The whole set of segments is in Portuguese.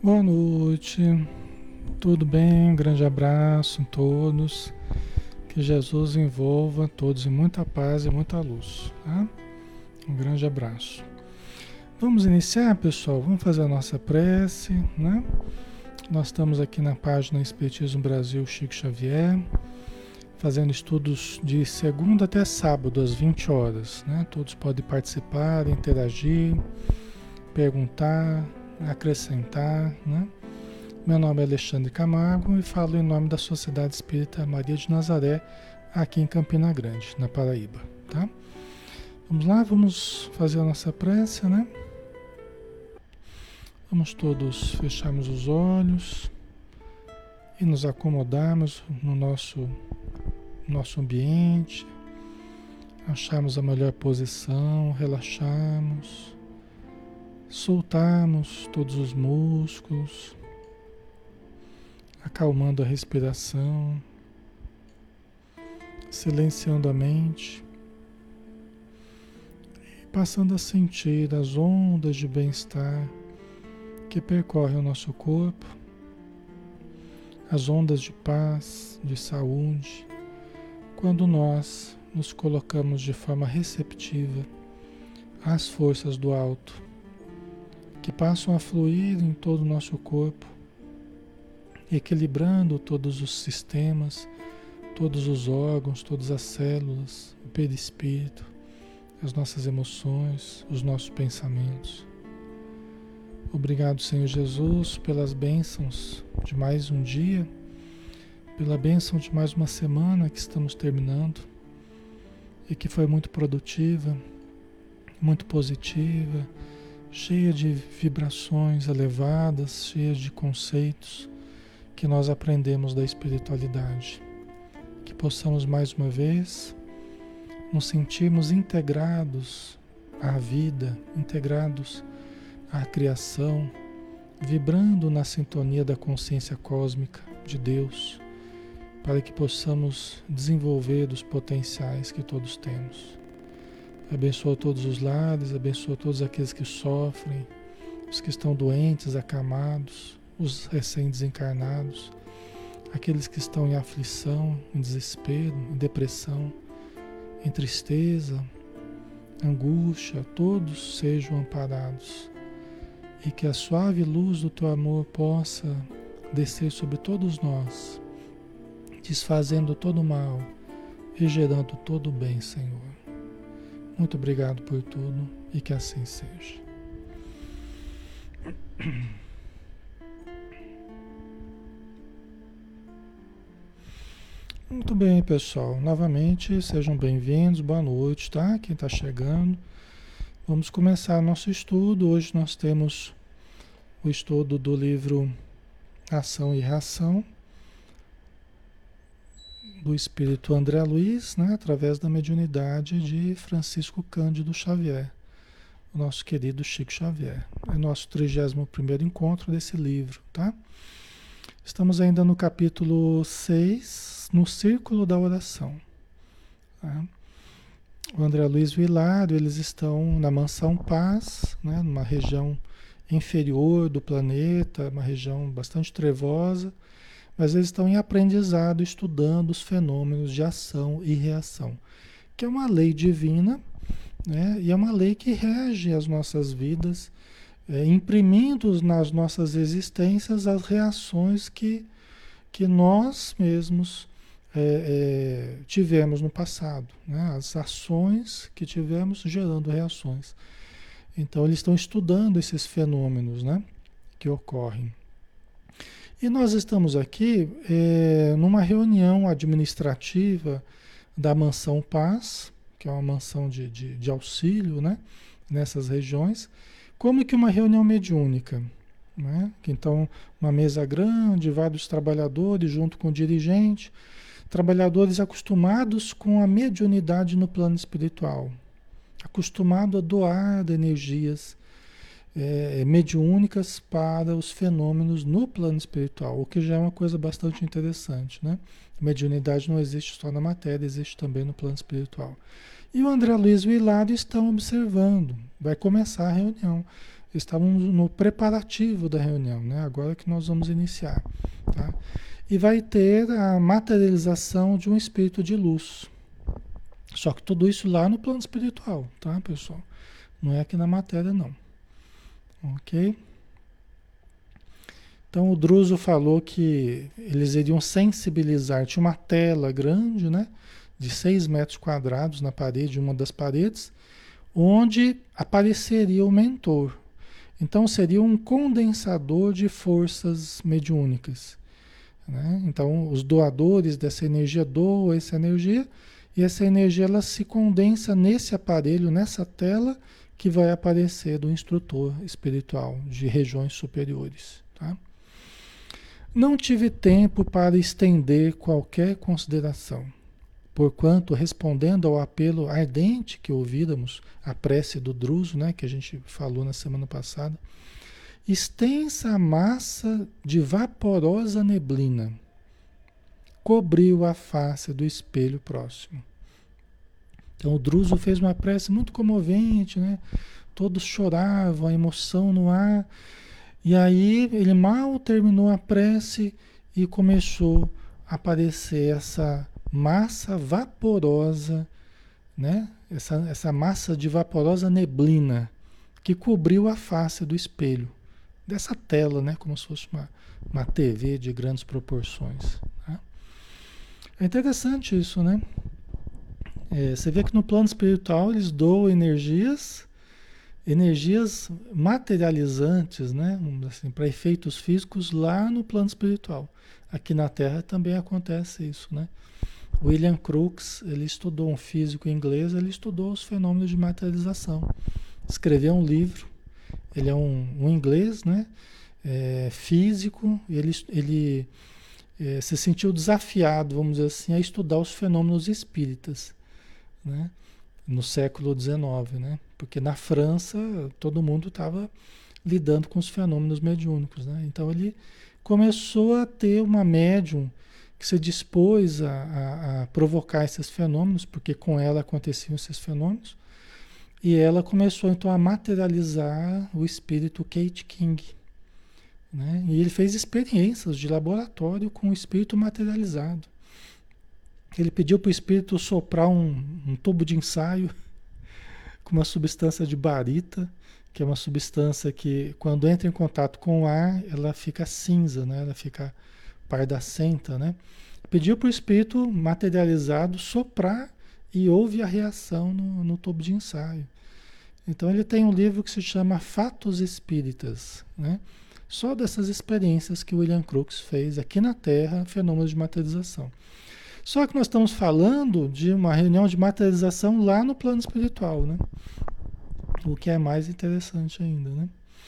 Boa noite, tudo bem? Um grande abraço a todos. Que Jesus envolva todos em muita paz e muita luz, tá? Um grande abraço. Vamos iniciar, pessoal? Vamos fazer a nossa prece, né? Nós estamos aqui na página Espiritismo Brasil Chico Xavier, fazendo estudos de segunda até sábado, às 20 horas, né? Todos podem participar, interagir, perguntar, acrescentar, né? Meu nome é Alexandre Camargo e falo em nome da Sociedade Espírita Maria de Nazaré, aqui em Campina Grande, na Paraíba, tá? Vamos lá, vamos fazer a nossa prece, né? Vamos todos fecharmos os olhos e nos acomodarmos no nosso ambiente, acharmos a melhor posição, relaxarmos, soltarmos todos os músculos, acalmando a respiração, silenciando a mente e passando a sentir as ondas de bem-estar que percorrem o nosso corpo, as ondas de paz, de saúde, quando nós nos colocamos de forma receptiva às forças do alto, que passam a fluir em todo o nosso corpo, equilibrando todos os sistemas, todos os órgãos, todas as células, o perispírito, as nossas emoções, os nossos pensamentos. Obrigado, Senhor Jesus, pelas bênçãos de mais um dia, pela bênção de mais uma semana que estamos terminando e que foi muito produtiva, muito positiva, cheia de vibrações elevadas, cheia de conceitos que nós aprendemos da espiritualidade. Que possamos mais uma vez nos sentirmos integrados à vida, integrados à criação, vibrando na sintonia da consciência cósmica de Deus, para que possamos desenvolver os potenciais que todos temos. Abençoa todos os lares, abençoa todos aqueles que sofrem, os que estão doentes, acamados, os recém-desencarnados, aqueles que estão em aflição, em desespero, em depressão, em tristeza, angústia, todos sejam amparados e que a suave luz do Teu amor possa descer sobre todos nós, desfazendo todo o mal e gerando todo o bem, Senhor. Muito obrigado por tudo e que assim seja. Muito bem, pessoal. Novamente, sejam bem-vindos. Boa noite, tá? Quem está chegando. Vamos começar nosso estudo. Hoje nós temos o estudo do livro Ação e Reação, do espírito André Luiz, né? Através da mediunidade de Francisco Cândido Xavier, o nosso querido Chico Xavier. É nosso 31º encontro desse livro, tá? Estamos ainda no capítulo 6, no Círculo da Oração. Tá? O André Luiz e o Hilário, eles estão na Mansão Paz, né, numa região inferior do planeta, uma região bastante trevosa, mas eles estão em aprendizado, estudando os fenômenos de ação e reação, que é uma lei divina, né, e é uma lei que rege as nossas vidas, imprimindo nas nossas existências as reações que nós mesmos tivemos no passado, né? As ações que tivemos gerando reações. Então eles estão estudando esses fenômenos, né, que ocorrem. E nós estamos aqui numa reunião administrativa da Mansão Paz, que é uma mansão de auxílio, né, nessas regiões, como que uma reunião mediúnica, né? Então, uma mesa grande, vários trabalhadores junto com o dirigente, trabalhadores acostumados com a mediunidade no plano espiritual, acostumado a doar energias mediúnicas para os fenômenos no plano espiritual, o que já é uma coisa bastante interessante, né? A mediunidade não existe só na matéria, existe também no plano espiritual. E o André Luiz e o Hilário estão observando, vai começar a reunião. Estavam no preparativo da reunião, né? Agora que nós vamos iniciar, tá? E vai ter a materialização de um espírito de luz. Só que tudo isso lá no plano espiritual, tá, pessoal? Não é aqui na matéria, não. Ok? Então o Druso falou que eles iriam sensibilizar. Tinha uma tela grande, né? De 6 metros quadrados na parede, uma das paredes, onde apareceria o mentor. Então seria um condensador de forças mediúnicas, né? Então os doadores dessa energia doam essa energia e essa energia ela se condensa nesse aparelho, nessa tela que vai aparecer do instrutor espiritual de regiões superiores, tá? Não tive tempo para estender qualquer consideração, porquanto, respondendo ao apelo ardente que ouvíramos, a prece do Druso, né, que a gente falou na semana passada, extensa massa de vaporosa neblina cobriu a face do espelho próximo. Então o Druso fez uma prece muito comovente, né? Todos choravam, a emoção no ar. E aí ele mal terminou a prece e começou a aparecer essa massa vaporosa, né? Essa massa de vaporosa neblina que cobriu a face do espelho, dessa tela, né? Como se fosse uma TV de grandes proporções. Tá? É interessante isso, né? Você vê que no plano espiritual eles doam energias materializantes, né? Assim, para efeitos físicos lá no plano espiritual. Aqui na Terra também acontece isso, né? William Crookes, ele estudou um físico inglês, ele estudou os fenômenos de materialização. Escreveu um livro, ele é um inglês, né? Físico, ele se sentiu desafiado, vamos dizer assim, a estudar os fenômenos espíritas, né? No século XIX, né? Porque na França todo mundo estava lidando com os fenômenos mediúnicos, né? Então ele começou a ter uma médium que se dispôs a provocar esses fenômenos, porque com ela aconteciam esses fenômenos, e ela começou então a materializar o espírito Kate King, né? E ele fez experiências de laboratório com o espírito materializado. Ele pediu para o espírito soprar um tubo de ensaio com uma substância de barita, que é uma substância que, quando entra em contato com o ar, ela fica cinza, né? Ela fica pardacenta, né? Pediu para o espírito materializado soprar e houve a reação no tubo de ensaio. Então ele tem um livro que se chama Fatos Espíritas, né? Só dessas experiências que o William Crookes fez aqui na Terra, fenômenos de materialização. Só que nós estamos falando de uma reunião de materialização lá no plano espiritual, né? O que é mais interessante ainda, né?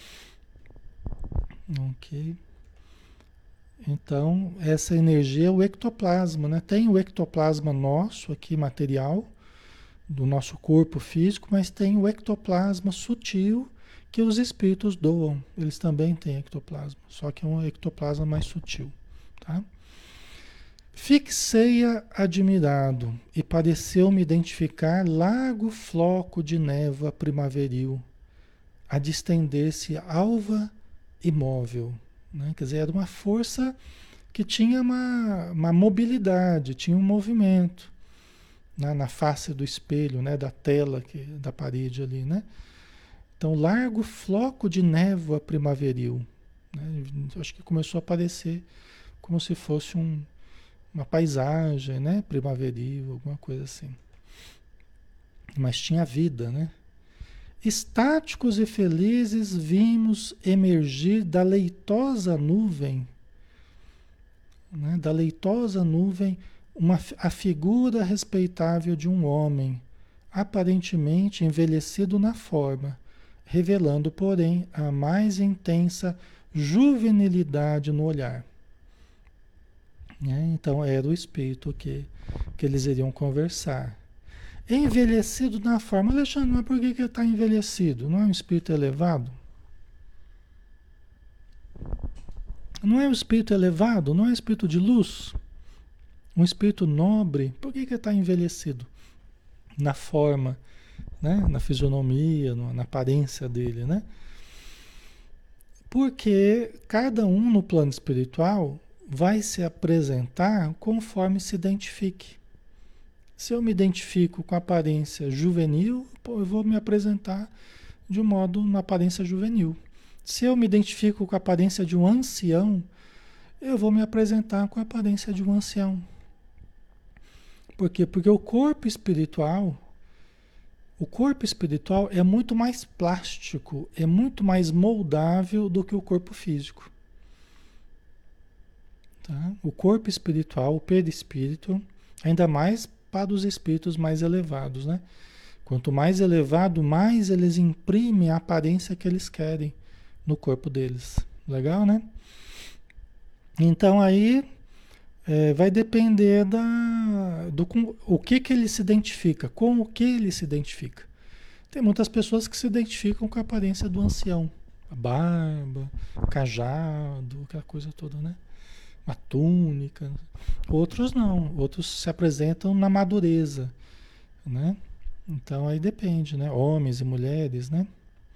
Ok. Então, essa energia é o ectoplasma, né? Tem o ectoplasma nosso aqui, material, do nosso corpo físico, mas tem o ectoplasma sutil que os espíritos doam. Eles também têm ectoplasma, só que é um ectoplasma mais sutil, tá? Fixei-a admirado e pareceu-me identificar largo floco de névoa primaveril, a distender-se alva e móvel, né? Quer dizer, era uma força que tinha uma mobilidade, tinha um movimento, né? Na face do espelho, né? Da tela, da parede ali, né? Então, largo floco de névoa primaveril, né? Acho que começou a aparecer como se fosse uma paisagem, né? Primaveril, alguma coisa assim. Mas tinha vida, né? Estáticos e felizes vimos emergir da leitosa nuvem, né? Da leitosa nuvem, a figura respeitável de um homem, aparentemente envelhecido na forma, revelando, porém, a mais intensa juvenilidade no olhar. Então era o espírito que eles iriam conversar. Envelhecido na forma. Alexandre, mas por que ele está envelhecido? Não é um espírito elevado? Não é um espírito elevado? Não é um espírito de luz? Um espírito nobre? Por que ele está envelhecido? Na forma, né? Na fisionomia, na aparência dele, né? Porque cada um no plano espiritual vai se apresentar conforme se identifique. Se eu me identifico com a aparência juvenil, pô, eu vou me apresentar de um modo, uma aparência juvenil. Se eu me identifico com a aparência de um ancião, eu vou me apresentar com a aparência de um ancião. Por quê? Porque o corpo espiritual é muito mais plástico, é muito mais moldável do que o corpo físico. Tá? O corpo espiritual, o perispírito, ainda mais para os espíritos mais elevados, né? Quanto mais elevado, mais eles imprimem a aparência que eles querem no corpo deles. Legal, né? Então aí vai depender o que ele se identifica, com o que ele se identifica. Tem muitas pessoas que se identificam com a aparência do ancião. A barba, o cajado, aquela coisa toda, né? Uma túnica. Outros não, outros se apresentam na madureza, né? Então aí depende, né? Homens e mulheres, né?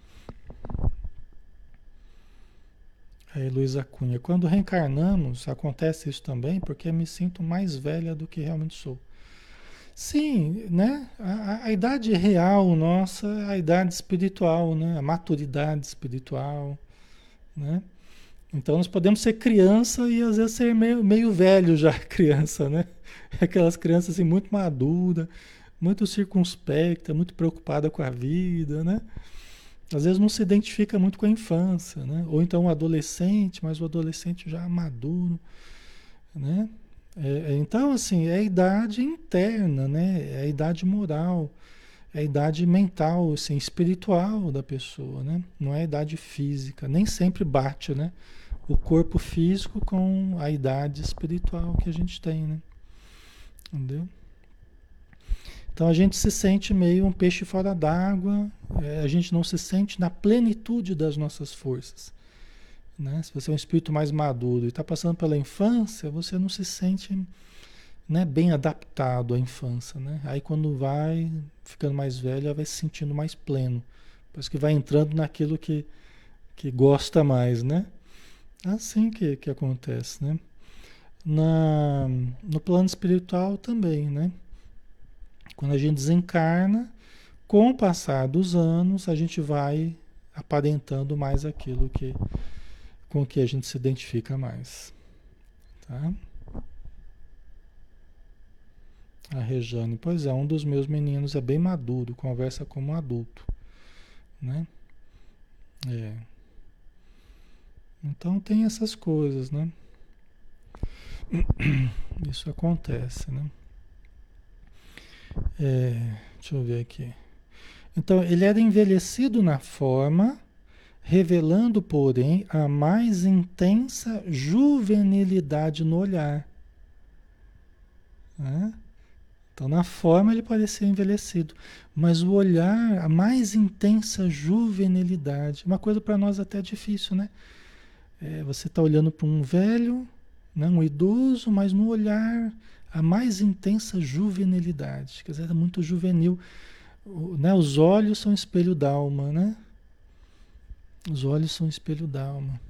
Aí Luísa Cunha, quando reencarnamos, acontece isso também, porque me sinto mais velha do que realmente sou. Sim, né? A idade real nossa é a idade espiritual, né? A maturidade espiritual, né? Então nós podemos ser criança e às vezes ser meio velho já criança, né? Aquelas crianças assim muito maduras, muito circunspecta, muito preocupada com a vida, né? Às vezes não se identifica muito com a infância, né? Ou então um adolescente, mas o adolescente já maduro, né? Então, assim, é a idade interna, né? É a idade moral, é a idade mental, assim, espiritual da pessoa, né? Não é a idade física, nem sempre bate, né? O corpo físico com a idade espiritual que a gente tem, né? Entendeu? Então a gente se sente meio um peixe fora d'água, a gente não se sente na plenitude das nossas forças, né? Se você é um espírito mais maduro e está passando pela infância, você não se sente, né, bem adaptado à infância, né? Aí quando vai ficando mais velho, vai se sentindo mais pleno, parece que vai entrando naquilo que gosta mais, né? É assim que acontece, né? No plano espiritual também, né? Quando a gente desencarna, com o passar dos anos, a gente vai aparentando mais aquilo com que a gente se identifica mais. Tá? A Rejane, pois é, um dos meus meninos é bem maduro, conversa como um adulto. Né? É. Então tem essas coisas, né? Isso acontece, né? Deixa eu ver aqui. Então, ele era envelhecido na forma, revelando, porém, a mais intensa juvenilidade no olhar. Né? Então, na forma ele parecia envelhecido, mas o olhar, a mais intensa juvenilidade, uma coisa para nós até difícil, né? Você está olhando para um velho, né, um idoso, mas no olhar a mais intensa juvenilidade, quer dizer, é muito juvenil. Né, os olhos são espelho da alma, né? Os olhos são espelho da alma.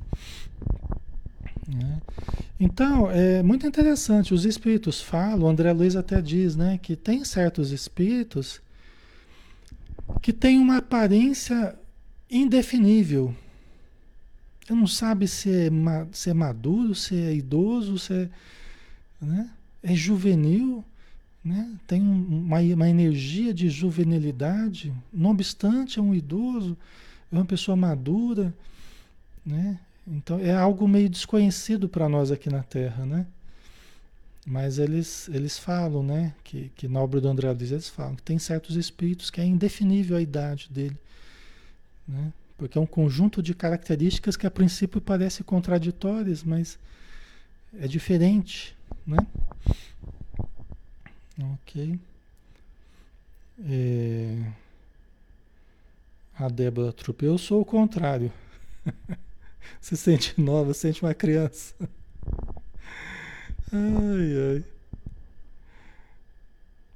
Né? Então, é muito interessante. Os espíritos falam, o André Luiz até diz, né, que tem certos espíritos que têm uma aparência indefinível. Você não sabe se é maduro, se é idoso, se é, né, é juvenil, né? Tem uma energia de juvenilidade, não obstante é um idoso, é uma pessoa madura, né? Então é algo meio desconhecido para nós aqui na Terra, né? Mas eles falam, né? Que na obra do André Luiz eles falam que tem certos espíritos que é indefinível a idade dele, né? Porque é um conjunto de características que a princípio parecem contraditórias, mas é diferente, né? Ok. A Débora Trupe, eu sou o contrário. Se sente nova, se sente uma criança. Ai, ai.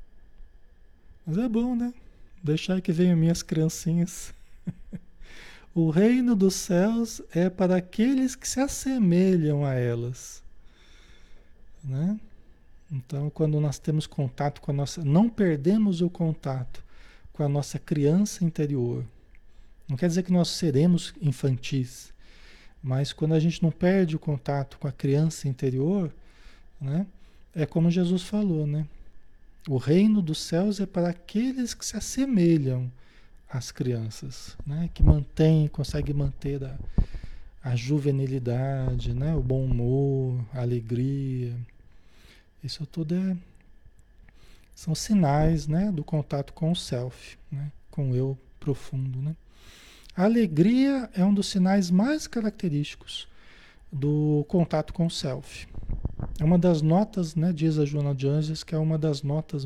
Mas é bom, né? Deixar que venham minhas criancinhas. O reino dos céus é para aqueles que se assemelham a elas, né? Então, quando nós temos contato com a nossa, não perdemos o contato com a nossa criança interior. Não quer dizer que nós seremos infantis, mas quando a gente não perde o contato com a criança interior, né? É como Jesus falou, né? O reino dos céus é para aqueles que se assemelham às crianças, né? Que mantêm, conseguem manter a juvenilidade, né? O bom humor, a alegria. Isso tudo são sinais, né? Do contato com o self, né? Com o eu profundo, né? A alegria é um dos sinais mais característicos do contato com o self. É uma das notas, né, diz a Joana de Ângeles, que é uma das notas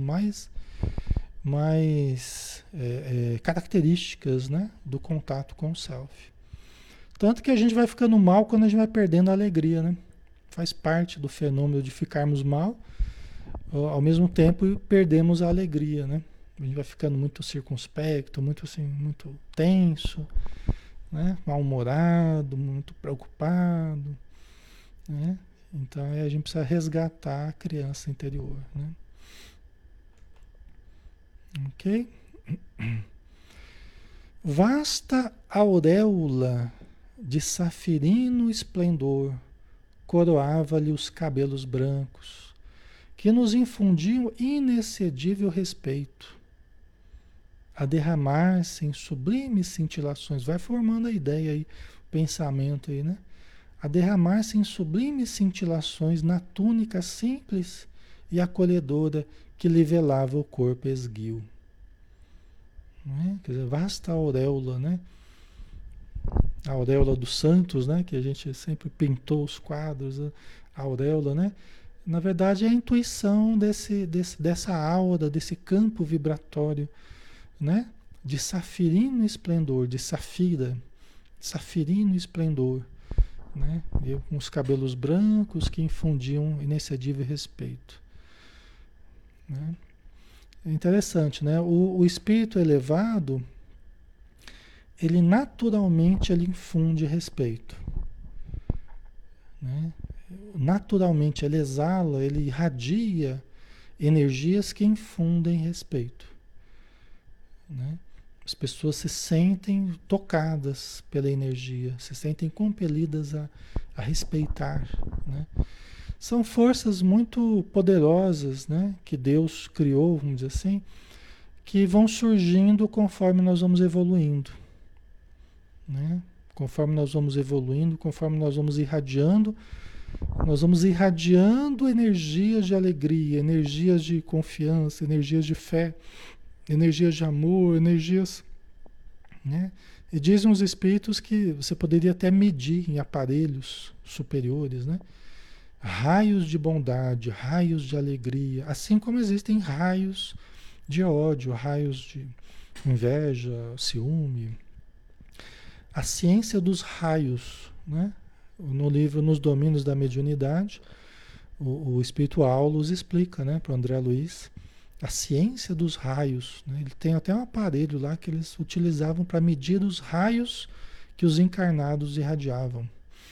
mais características, né, do contato com o self. Tanto que a gente vai ficando mal quando a gente vai perdendo a alegria, né? Faz parte do fenômeno de ficarmos mal, ao mesmo tempo perdemos a alegria, né? A gente vai ficando muito circunspecto, muito assim, muito tenso, né? Mal-humorado, muito preocupado, né? Então a gente precisa resgatar a criança interior, né? Ok? Vasta auréola de safirino esplendor coroava-lhe os cabelos brancos, que nos infundiam inexcedível respeito, a derramar-se em sublimes cintilações. Vai formando a ideia aí, o pensamento aí, né? A derramar-se em sublimes cintilações na túnica simples e acolhedora que lhe velava o corpo esguio. Né? Quer dizer, vasta auréola, né? A auréola dos santos, né? Que a gente sempre pintou os quadros, a auréola, né? Na verdade é a intuição dessa aura, desse campo vibratório, né? De safirino esplendor, de safira, safirino esplendor, né? E com os cabelos brancos que infundiam inexcedível respeito, né? É interessante, né? O espírito elevado, ele naturalmente ele infunde respeito, né? Naturalmente ele exala, ele irradia energias que infundem respeito, né? As pessoas se sentem tocadas pela energia, se sentem compelidas a respeitar, né? São forças muito poderosas, né? Que Deus criou, vamos dizer assim, que vão surgindo conforme nós vamos evoluindo, né? Conforme nós vamos evoluindo, conforme nós vamos irradiando energias de alegria, energias de confiança, energias de fé, energias de amor, energias, né? E dizem os espíritos que você poderia até medir em aparelhos superiores, né? Raios de bondade, raios de alegria, assim como existem raios de ódio, raios de inveja, ciúme. A ciência dos raios, né? No livro Nos Domínios da Mediunidade, o espírito Aulus explica, né, para o André Luiz, a ciência dos raios, né? Ele tem até um aparelho lá que eles utilizavam para medir os raios que os encarnados irradiavam,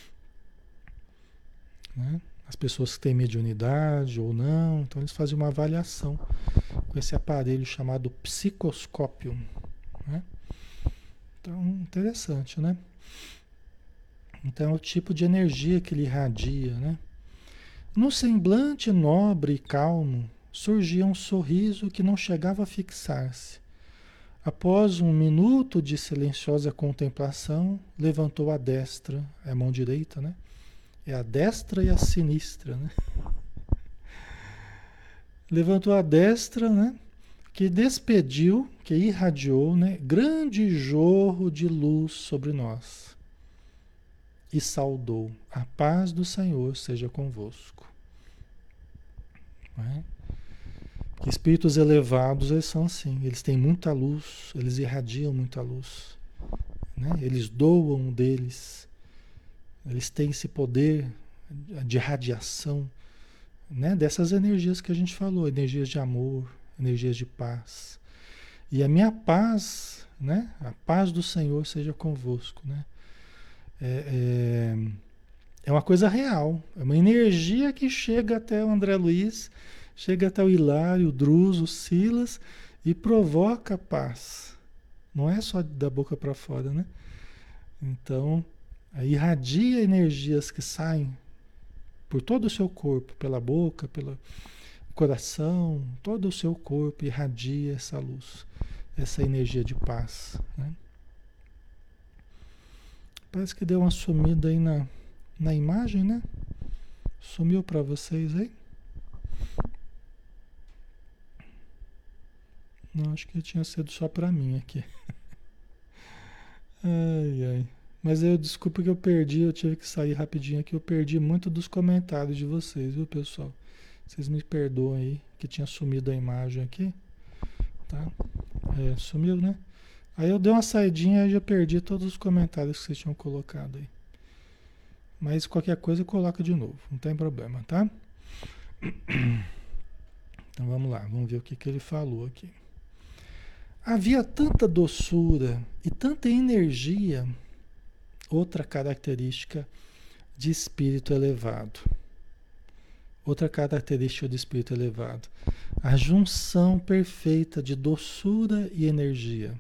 né? As pessoas que têm mediunidade ou não, então eles faziam uma avaliação com esse aparelho chamado psicoscópio, né? Então, interessante, né? Então, é o tipo de energia que ele irradia, né? No semblante nobre e calmo, surgia um sorriso que não chegava a fixar-se. Após um minuto de silenciosa contemplação, levantou a destra, é a mão direita, né? É a destra e a sinistra, né? Levantou a destra, né? Que despediu, que irradiou, né? Grande jorro de luz sobre nós. E saudou: a paz do Senhor seja convosco. Né? Espíritos elevados, eles são assim, eles têm muita luz, eles irradiam muita luz, né? Eles doam deles, eles têm esse poder de radiação, né? Dessas energias que a gente falou, energias de amor, energias de paz. E a minha paz, né? A paz do Senhor seja convosco, né? É, é uma coisa real, é uma energia que chega até o André Luiz, chega até o Hilário, o Druso, o Silas e provoca paz. Não é só da boca para fora, né? Então, irradia energias que saem por todo o seu corpo, pela boca, pelo coração, todo o seu corpo irradia essa luz, essa energia de paz, né? Parece que deu uma sumida aí na imagem, né? Sumiu para vocês aí? Não, acho que tinha sido só para mim aqui. Ai, ai. Mas eu desculpa que eu perdi, eu tive que sair rapidinho aqui, eu perdi muito dos comentários de vocês, viu, pessoal? Vocês me perdoem aí, que tinha sumido a imagem aqui, tá? É, sumiu, né? Aí eu dei uma saidinha e já perdi todos os comentários que vocês tinham colocado aí. Mas qualquer coisa coloca de novo, não tem problema, tá? Então vamos lá, vamos ver o que ele falou aqui. Havia tanta doçura e tanta energia, outra característica de espírito elevado. Outra característica do espírito elevado. A junção perfeita de doçura e energia.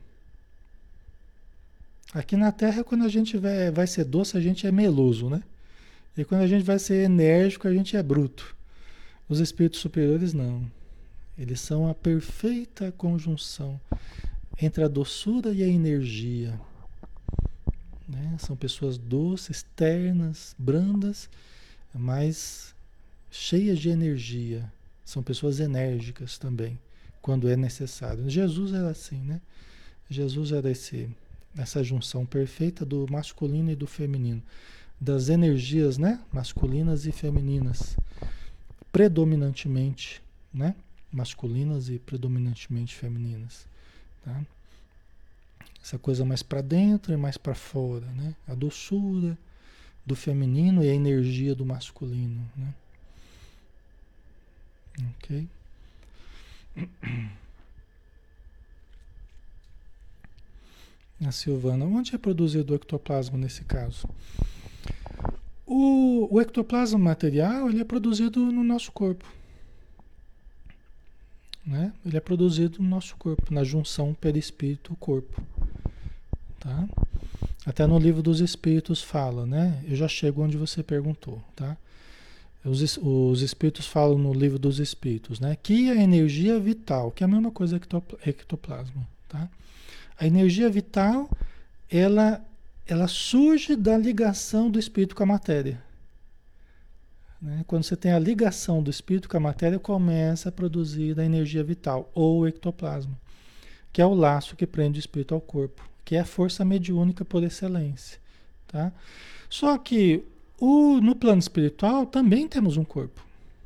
Aqui na Terra, quando a gente vai ser doce, a gente é meloso, né? E quando a gente vai ser enérgico, a gente é bruto. Os espíritos superiores não. Eles são a perfeita conjunção entre a doçura e a energia. Né? São pessoas doces, ternas, brandas, mas cheias de energia. São pessoas enérgicas também, quando é necessário. Jesus era assim, né? Jesus era essa junção perfeita do masculino e do feminino. Das energias, né? Masculinas e femininas. Predominantemente, né? Masculinas e predominantemente femininas, tá? Essa coisa mais para dentro e mais para fora, né? A doçura do feminino e a energia do masculino, né? Ok? A Silvana, onde é produzido o ectoplasma nesse caso? O ectoplasma material, ele é produzido no nosso corpo. Né? Ele é produzido no nosso corpo, na junção perispírito-corpo. Tá? Até no livro dos Espíritos fala, né? Eu já chego onde você perguntou, tá? Os Espíritos falam no livro dos Espíritos, né? Que a energia vital, que é a mesma coisa que ectoplasma, tá? A energia vital, ela surge da ligação do espírito com a matéria. Né? Quando você tem a ligação do espírito com a matéria, começa a produzir a energia vital, ou o ectoplasma, que é o laço que prende o espírito ao corpo, que é a força mediúnica por excelência. Tá? Só que no plano espiritual também temos um corpo.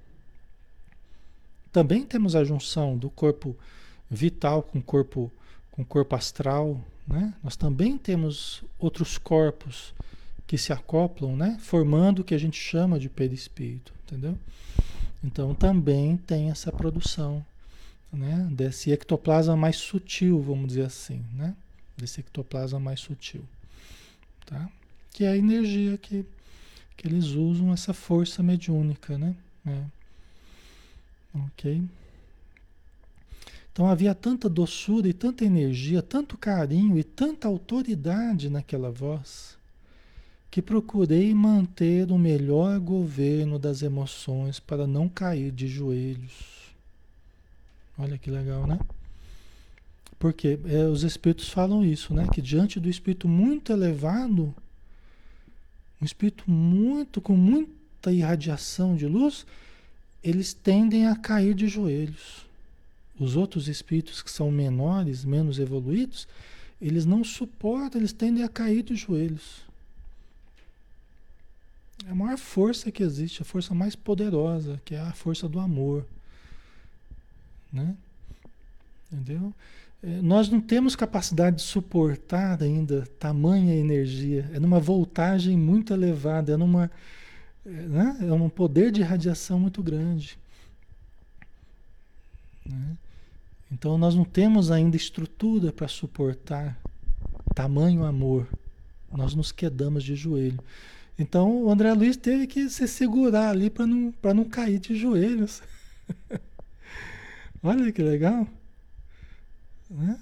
Também temos a junção do corpo vital com o corpo astral. Né? Nós também temos outros corpos que se acoplam, né? Formando o que a gente chama de perispírito, entendeu? Então também tem essa produção, né? Desse ectoplasma mais sutil, vamos dizer assim, né? Desse ectoplasma mais sutil, tá? Que é a energia que eles usam, essa força mediúnica, né? Ok? Então havia tanta doçura e tanta energia, tanto carinho e tanta autoridade naquela voz, que procurei manter o melhor governo das emoções para não cair de joelhos. Olha que legal, né? Porque os espíritos falam isso, né? Que diante do espírito muito elevado, um espírito com muita irradiação de luz, eles tendem a cair de joelhos. Os outros espíritos que são menores, menos evoluídos, eles não suportam, eles tendem a cair de joelhos. É a maior força que existe, a força mais poderosa, que é a força do amor. Né? Entendeu? Nós não temos capacidade de suportar ainda tamanha energia. É numa voltagem muito elevada, né? É um poder de radiação muito grande. Né? Então nós não temos ainda estrutura para suportar tamanho amor. Nós nos quedamos de joelho. Então o André Luiz teve que se segurar ali para não cair de joelhos. Olha que legal, né?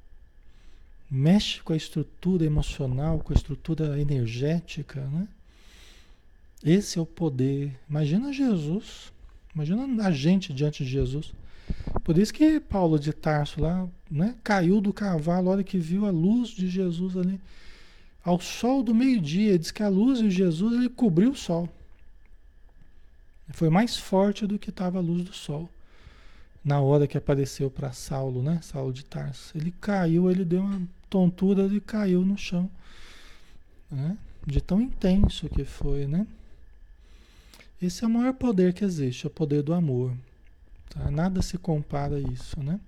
Mexe com a estrutura emocional, com a estrutura energética, né? Esse é o poder. Imagina Jesus, imagina a gente diante de Jesus. Por isso que Paulo de Tarso lá, né, caiu do cavalo a hora que viu a luz de Jesus ali. Ao sol do meio-dia, diz que a luz de Jesus ele cobriu o sol. Foi mais forte do que estava a luz do sol. Na hora que apareceu para Saulo, né? Saulo de Tarso. Ele caiu, ele deu uma tontura e caiu no chão. Né? De tão intenso que foi, né? Esse é o maior poder que existe, é o poder do amor. Tá? Nada se compara a isso, né?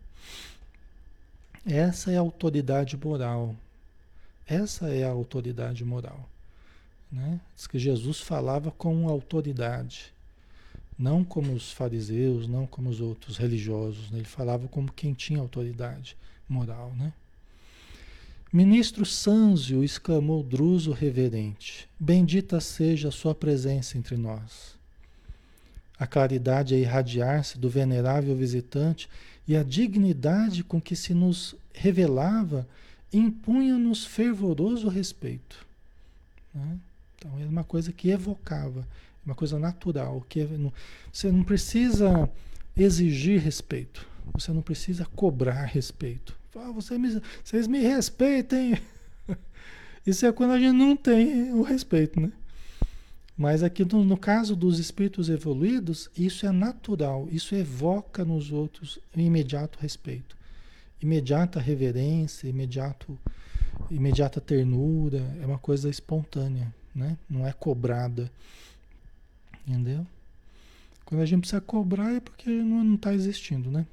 Essa é a autoridade moral. Essa é a autoridade moral. Né? Diz que Jesus falava com autoridade. Não como os fariseus, não como os outros religiosos. Né? Ele falava como quem tinha autoridade moral. Né? Ministro Sânzio, exclamou Druso reverente, bendita seja a sua presença entre nós. A claridade a irradiar-se do venerável visitante e a dignidade com que se nos revelava impunha-nos fervoroso respeito. Né? Então era uma coisa que evocava, uma coisa natural, você não precisa exigir respeito, você não precisa cobrar respeito. Vocês me respeitem. Isso é quando a gente não tem o respeito, né? Mas aqui no caso dos espíritos evoluídos, isso é natural, isso evoca nos outros um imediato respeito, imediata reverência, imediata ternura, é uma coisa espontânea, né? Não é cobrada, entendeu? Quando a gente precisa cobrar é porque não está existindo, né?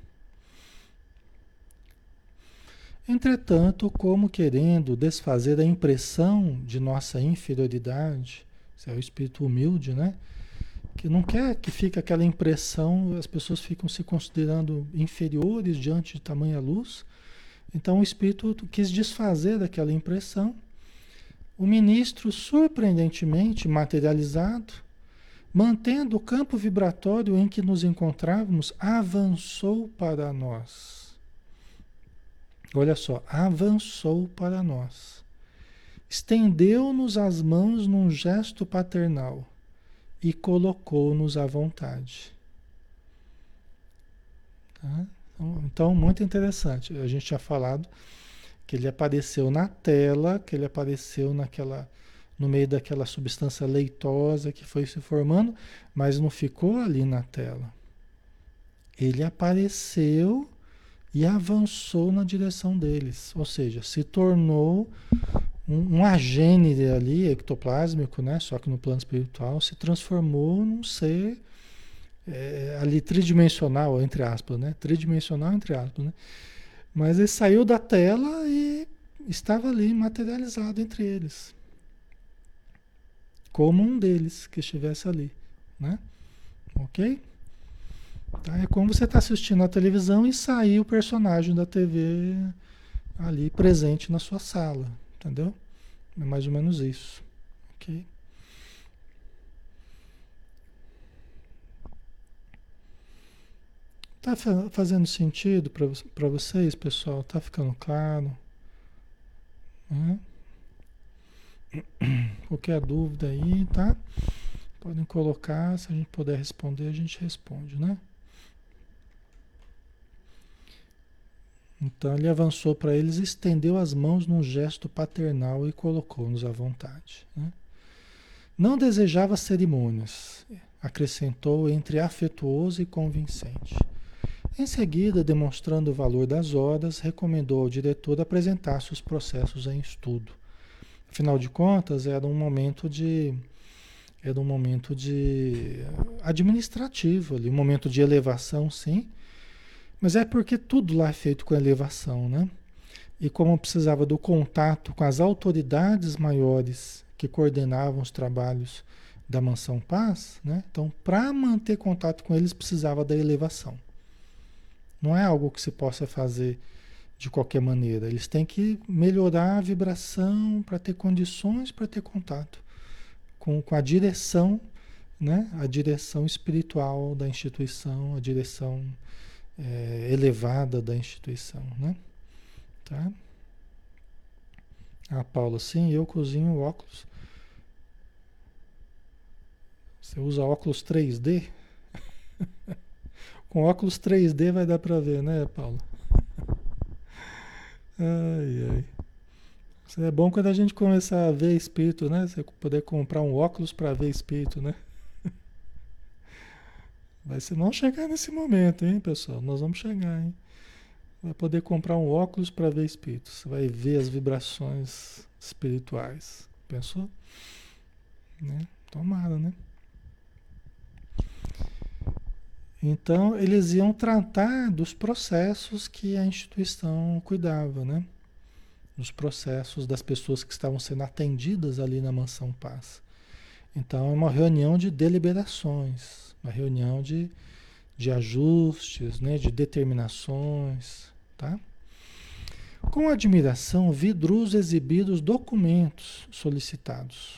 Entretanto, como querendo desfazer a impressão de nossa inferioridade, isso é o espírito humilde, né? Que não quer que fique aquela impressão, as pessoas ficam se considerando inferiores diante de tamanha luz. Então o espírito quis desfazer daquela impressão. O ministro, surpreendentemente materializado, mantendo o campo vibratório em que nos encontrávamos, avançou para nós. Olha só, avançou para nós. Estendeu-nos as mãos num gesto paternal e colocou-nos à vontade. Tá? Então, muito interessante. A gente tinha falado que ele apareceu na tela, que ele apareceu no meio daquela substância leitosa que foi se formando, mas não ficou ali na tela. Ele apareceu e avançou na direção deles, ou seja, se tornou um agênere ali, ectoplásmico, né? Só que no plano espiritual, se transformou num ser ali tridimensional, entre aspas, né? Tridimensional, entre aspas, né? Mas ele saiu da tela e estava ali materializado entre eles, como um deles que estivesse ali, né? Ok? Tá? É como você está assistindo a televisão e sair o personagem da TV ali presente na sua sala, entendeu? É mais ou menos isso, ok? Tá fazendo sentido para vocês, pessoal? Tá ficando claro? Né? Qualquer dúvida aí, tá? Podem colocar, se a gente puder responder, a gente responde, né? Então ele avançou para eles, estendeu as mãos num gesto paternal e colocou-nos à vontade. Né? Não desejava cerimônias, acrescentou entre afetuoso e convincente. Em seguida, demonstrando o valor das horas, recomendou ao diretor apresentar-se os processos em estudo. Afinal de contas, era um momento de administrativo ali, um momento de elevação, sim. Mas é porque tudo lá é feito com elevação, né? E como precisava do contato com as autoridades maiores que coordenavam os trabalhos da Mansão Paz, né? Então, para manter contato com eles, precisava da elevação. Não é algo que se possa fazer de qualquer maneira. Eles têm que melhorar a vibração para ter condições para ter contato com a direção, né? A direção espiritual da instituição, a direção elevada da instituição, né? Tá? Ah, Paula, sim, eu cozinho óculos. Você usa óculos 3D? Com óculos 3D vai dar para ver, né, Paula? Ai, ai. Isso é bom quando a gente começar a ver espírito, né? Você poder comprar um óculos para ver espírito, né? Vai se não chegar nesse momento, hein, pessoal? Nós vamos chegar, hein? Vai poder comprar um óculos para ver espírito. Você vai ver as vibrações espirituais. Pensou? Né? Tomara, né? Então, eles iam tratar dos processos que a instituição cuidava, né? Dos processos das pessoas que estavam sendo atendidas ali na Mansão Paz. Então, é uma reunião de deliberações, uma reunião de ajustes, né? De determinações, tá? Com admiração, vi Drus exibir os documentos solicitados.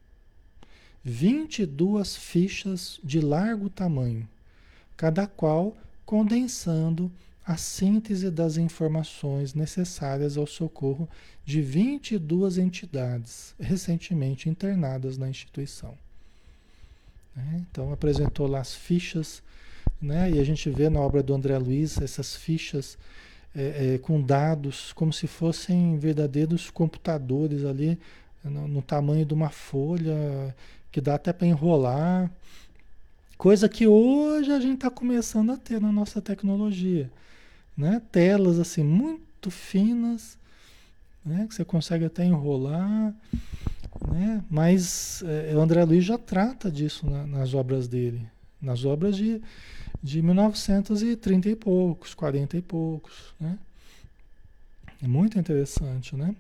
22 fichas de largo tamanho, cada qual condensando a síntese das informações necessárias ao socorro de 22 entidades recentemente internadas na instituição. Então apresentou lá as fichas, né? E a gente vê na obra do André Luiz essas fichas com dados como se fossem verdadeiros computadores ali no tamanho de uma folha, que dá até para enrolar. Coisa que hoje a gente está começando a ter na nossa tecnologia, né? Telas assim muito finas, né? Que você consegue até enrolar, né? Mas o André Luiz já trata disso nas obras dele, nas obras de 1930 e poucos, 40 e poucos, né? É muito interessante, né?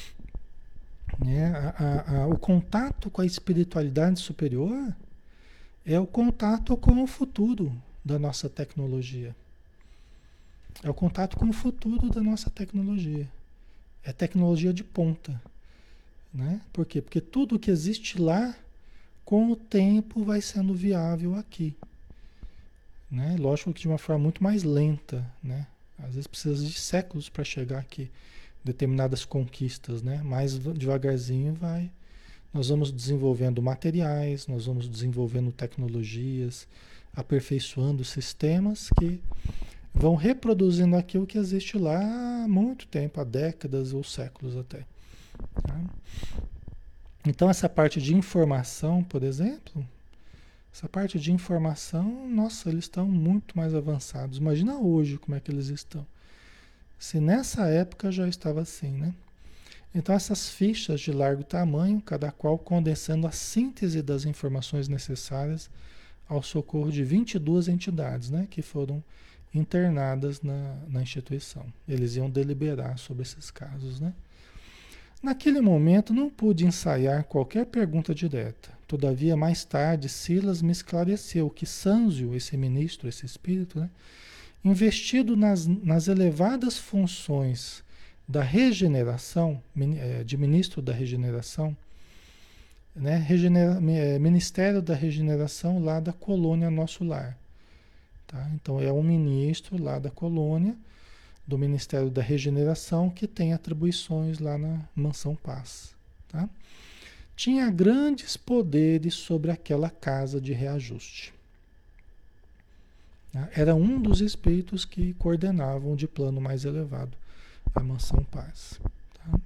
O contato com a espiritualidade superior é o contato com o futuro da nossa tecnologia. É o contato com o futuro da nossa tecnologia. É tecnologia de ponta, né? Por quê? Porque tudo que existe lá, com o tempo, vai sendo viável aqui, né? Lógico que de uma forma muito mais lenta, né? Às vezes precisa de séculos para chegar aqui, determinadas conquistas, né? Mais devagarzinho vai. Nós vamos desenvolvendo materiais, nós vamos desenvolvendo tecnologias, aperfeiçoando sistemas que vão reproduzindo aquilo que existe lá há muito tempo, há décadas ou séculos até. Tá? Então essa parte de informação, por exemplo, essa parte de informação, nossa, eles estão muito mais avançados. Imagina hoje como é que eles estão. Se nessa época já estava assim, né? Então essas fichas de largo tamanho, cada qual condensando a síntese das informações necessárias ao socorro de 22 entidades, né, que foram internadas na instituição. Eles iam deliberar sobre esses casos, né? Naquele momento não pude ensaiar qualquer pergunta direta. Todavia, mais tarde, Silas me esclareceu que Sânzio, esse ministro, esse espírito, né, investido nas elevadas funções da regeneração, de ministro da regeneração, né, Ministério da Regeneração lá da colônia Nosso Lar. Tá? Então é um ministro lá da colônia, do Ministério da Regeneração, que tem atribuições lá na Mansão Paz. Tá? Tinha grandes poderes sobre aquela casa de reajuste. Tá? Era um dos espíritos que coordenavam de plano mais elevado a Mansão Paz. Tá?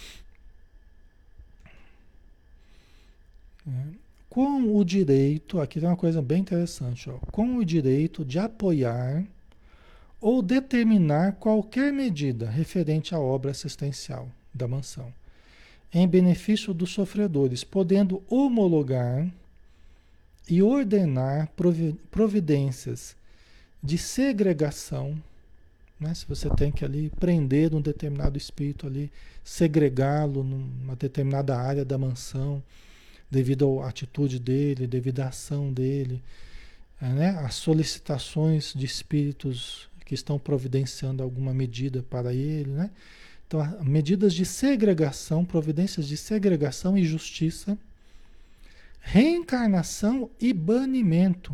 Com o direito, aqui tem uma coisa bem interessante, ó, com o direito de apoiar ou determinar qualquer medida referente à obra assistencial da mansão, em benefício dos sofredores, podendo homologar e ordenar providências de segregação, né? Se você tem que ali prender um determinado espírito ali, segregá-lo numa determinada área da mansão, devido à atitude dele, devido à ação dele, né? As solicitações de espíritos que estão providenciando alguma medida para ele, né? Então, medidas de segregação, providências de segregação e justiça, reencarnação e banimento,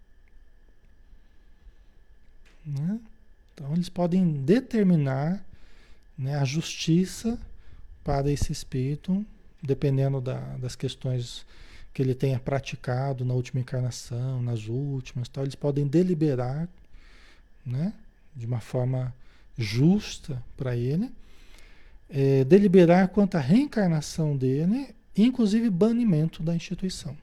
né? Então, eles podem determinar, né, a justiça para esse espírito, dependendo das questões que ele tenha praticado na última encarnação, nas últimas, tal, eles podem deliberar, né, de uma forma justa para ele, deliberar quanto à reencarnação dele, inclusive banimento da instituição,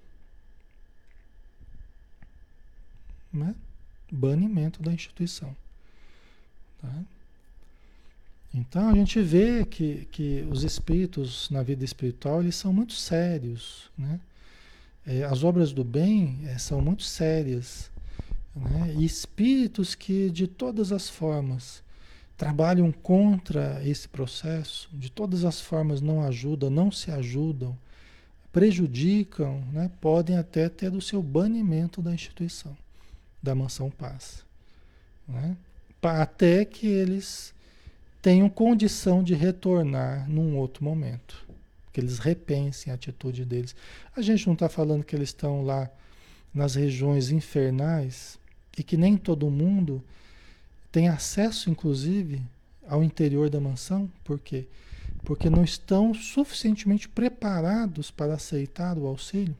né? Banimento da instituição, tá? Então a gente vê que os espíritos na vida espiritual eles são muito sérios, né? As obras do bem são muito sérias, né? E espíritos que de todas as formas trabalham contra esse processo, de todas as formas não ajudam, não se ajudam, prejudicam, né? Podem até ter o seu banimento da instituição, da Mansão Paz, né? Até que eles tenham condição de retornar num outro momento, que eles repensem a atitude deles. A gente não está falando que eles estão lá nas regiões infernais e que nem todo mundo tem acesso, inclusive, ao interior da mansão. Por quê? Porque não estão suficientemente preparados para aceitar o auxílio,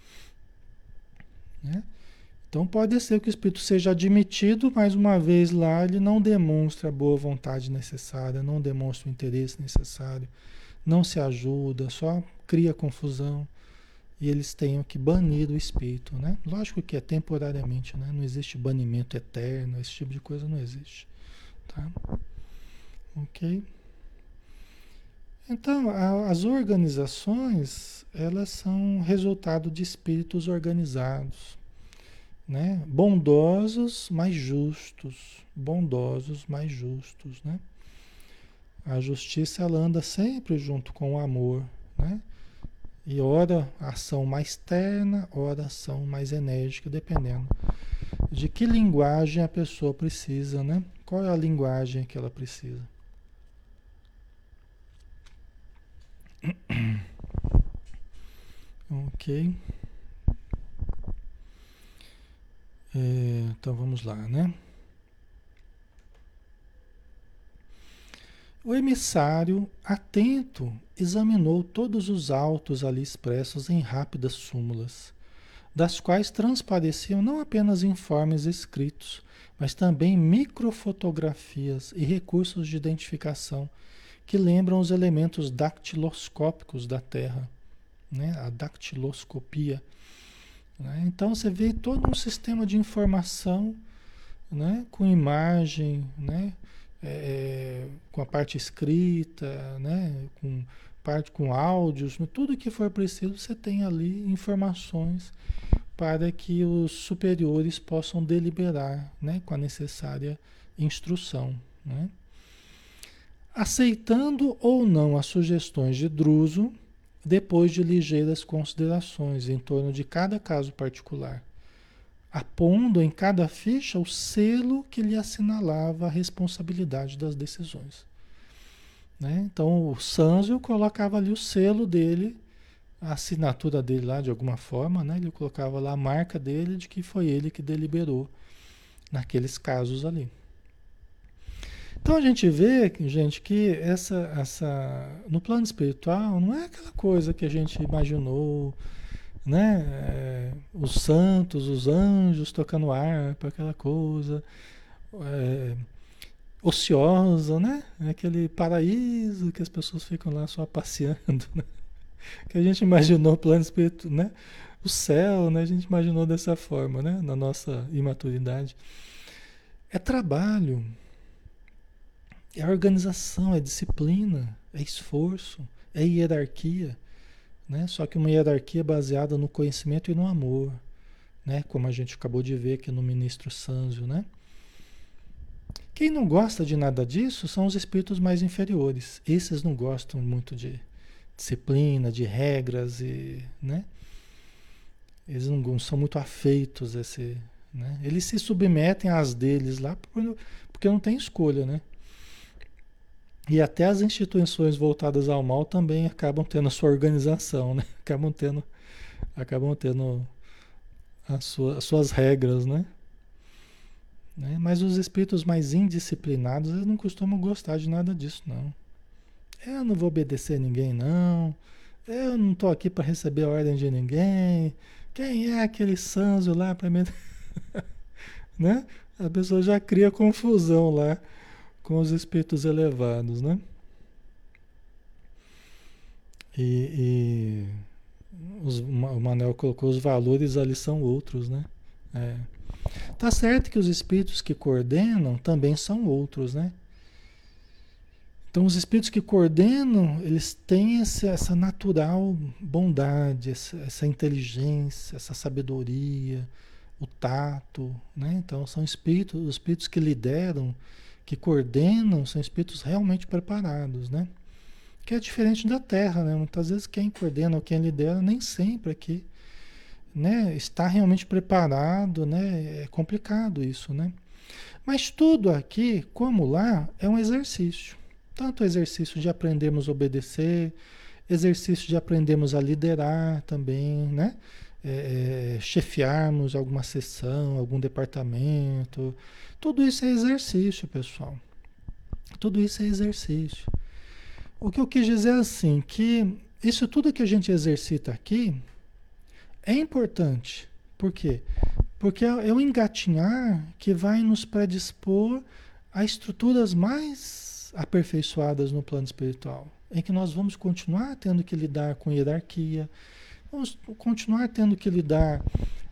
né? Então pode ser que o espírito seja admitido, mas uma vez lá ele não demonstra a boa vontade necessária, não demonstra o interesse necessário, não se ajuda, só cria confusão e eles tenham que banir o espírito, né? Lógico que é temporariamente, né? Não existe banimento eterno, esse tipo de coisa não existe, tá? Ok? Então, as organizações, elas são resultado de espíritos organizados, né? Bondosos, mas justos, né? A justiça ela anda sempre junto com o amor, né? E ora ação mais terna, ora ação mais enérgica, dependendo de que linguagem a pessoa precisa, né? Qual é a linguagem que ela precisa? Ok. Então vamos lá, né? O emissário, atento, examinou todos os autos ali expressos em rápidas súmulas, das quais transpareciam não apenas informes escritos, mas também microfotografias e recursos de identificação que lembram os elementos dactiloscópicos da Terra, né? A dactiloscopia, né? Então você vê todo um sistema de informação, né? Com imagem, né? Com a parte escrita, né? Com parte com áudios, tudo que for preciso você tem ali informações para que os superiores possam deliberar, né? Com a necessária instrução, né? Aceitando ou não as sugestões de Druso, depois de ligeiras considerações em torno de cada caso particular, apondo em cada ficha o selo que lhe assinalava a responsabilidade das decisões, né? Então o Sanzio colocava ali o selo dele, a assinatura dele lá de alguma forma, né? Ele colocava lá a marca dele de que foi ele que deliberou naqueles casos ali. Então a gente vê, gente, que no plano espiritual não é aquela coisa que a gente imaginou, né? Os santos, os anjos tocando harpa, aquela coisa ociosa, né? Aquele paraíso que as pessoas ficam lá só passeando, né? Que a gente imaginou o plano espiritual, né? O céu, né? A gente imaginou dessa forma, né? Na nossa imaturidade. É trabalho. É organização, é disciplina, é esforço, é hierarquia, né? Só que uma hierarquia baseada no conhecimento e no amor, né? Como a gente acabou de ver aqui no ministro Sanzio, né? Quem não gosta de nada disso são os espíritos mais inferiores. Esses não gostam muito de disciplina, de regras, né? Eles não são muito afeitos a esse, né? Eles se submetem às deles lá porque porque não tem escolha, né? E até as instituições voltadas ao mal também acabam tendo a sua organização, né? Acabam tendo as suas regras, né? Mas os espíritos mais indisciplinados, eles não costumam gostar de nada disso, não. Eu não vou obedecer a ninguém, não. Eu não estou aqui para receber a ordem de ninguém. Quem é aquele Sanzo lá para mim? Né? A pessoa já cria confusão lá com os espíritos elevados, né? E o Manel colocou os valores ali são outros, né? É. Tá certo que os espíritos que coordenam também são outros, né? Então, os espíritos que coordenam, eles têm essa natural bondade, essa inteligência, essa sabedoria, o tato, né? Então, são espíritos, os espíritos que lideram, que coordenam, são espíritos realmente preparados, né? Que é diferente da Terra, né? Muitas vezes quem coordena ou quem lidera nem sempre aqui, né? Está realmente preparado, né? É complicado isso, né? Mas tudo aqui, como lá, é um exercício. Tanto o exercício de aprendermos a obedecer, exercício de aprendermos a liderar também, né? Chefiarmos alguma seção, algum departamento. Tudo isso é exercício, pessoal. Tudo isso é exercício. O que eu quis dizer é assim, que isso tudo que a gente exercita aqui é importante. Por quê? Porque é o engatinhar que vai nos predispor a estruturas mais aperfeiçoadas no plano espiritual, em que nós vamos continuar tendo que lidar com hierarquia, vamos continuar tendo que lidar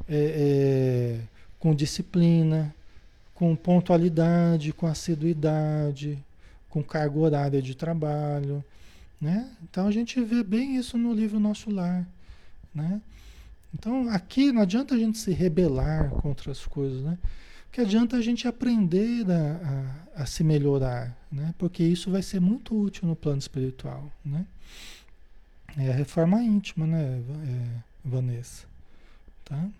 com disciplina, com pontualidade, com assiduidade, com carga horária de trabalho, né? Então a gente vê bem isso no livro Nosso Lar, né? Então aqui não adianta a gente se rebelar contra as coisas, né? O que adianta a gente aprender a se melhorar, né? Porque isso vai ser muito útil no plano espiritual, né? É a reforma íntima, né, Vanessa? Tá?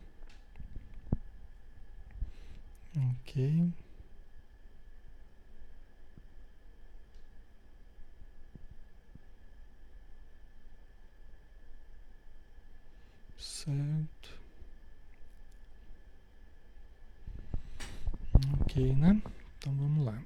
Ok. Certo. Ok, né? Então vamos lá.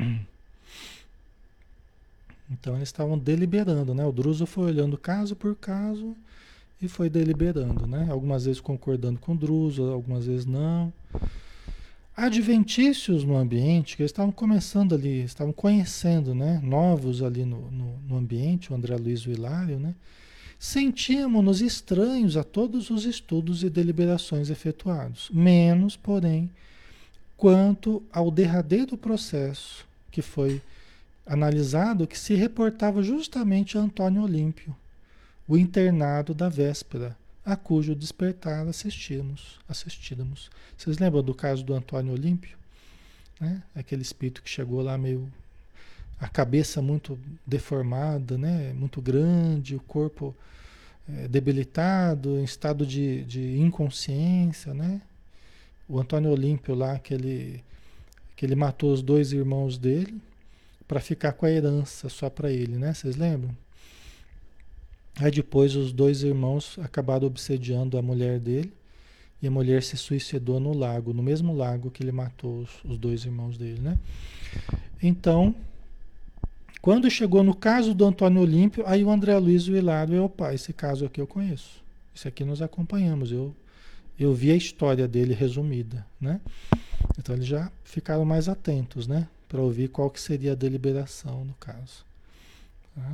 Então eles estavam deliberando, né? O Druso foi olhando caso por caso e foi deliberando, né? Algumas vezes concordando com o Druso, algumas vezes não. Adventícios no ambiente, que eles estavam começando ali, estavam conhecendo, né? Novos ali no ambiente, o André Luiz e o Hilário, né? Sentíamos-nos estranhos a todos os estudos e deliberações efetuados, menos, porém, quanto ao derradeiro processo que foi analisado, que se reportava justamente a Antônio Olímpio, o internado da véspera, a cujo despertar assistimos. Vocês lembram do caso do Antônio Olímpio? Né? Aquele espírito que chegou lá meio... a cabeça muito deformada, né? Muito grande, o corpo debilitado, em estado de inconsciência, né? O Antônio Olímpio lá, que ele matou os dois irmãos dele para ficar com a herança só para ele, né? Vocês lembram? Aí depois os dois irmãos acabaram obsediando a mulher dele e a mulher se suicidou no lago, no mesmo lago que ele matou os dois irmãos dele, né? Então, quando chegou no caso do Antônio Olímpio, aí o André Luiz e o Hilário, opa, esse caso aqui eu conheço. Esse aqui nós acompanhamos, eu vi a história dele resumida, né? Então eles já ficaram mais atentos, né? Para ouvir qual que seria a deliberação no caso. Tá?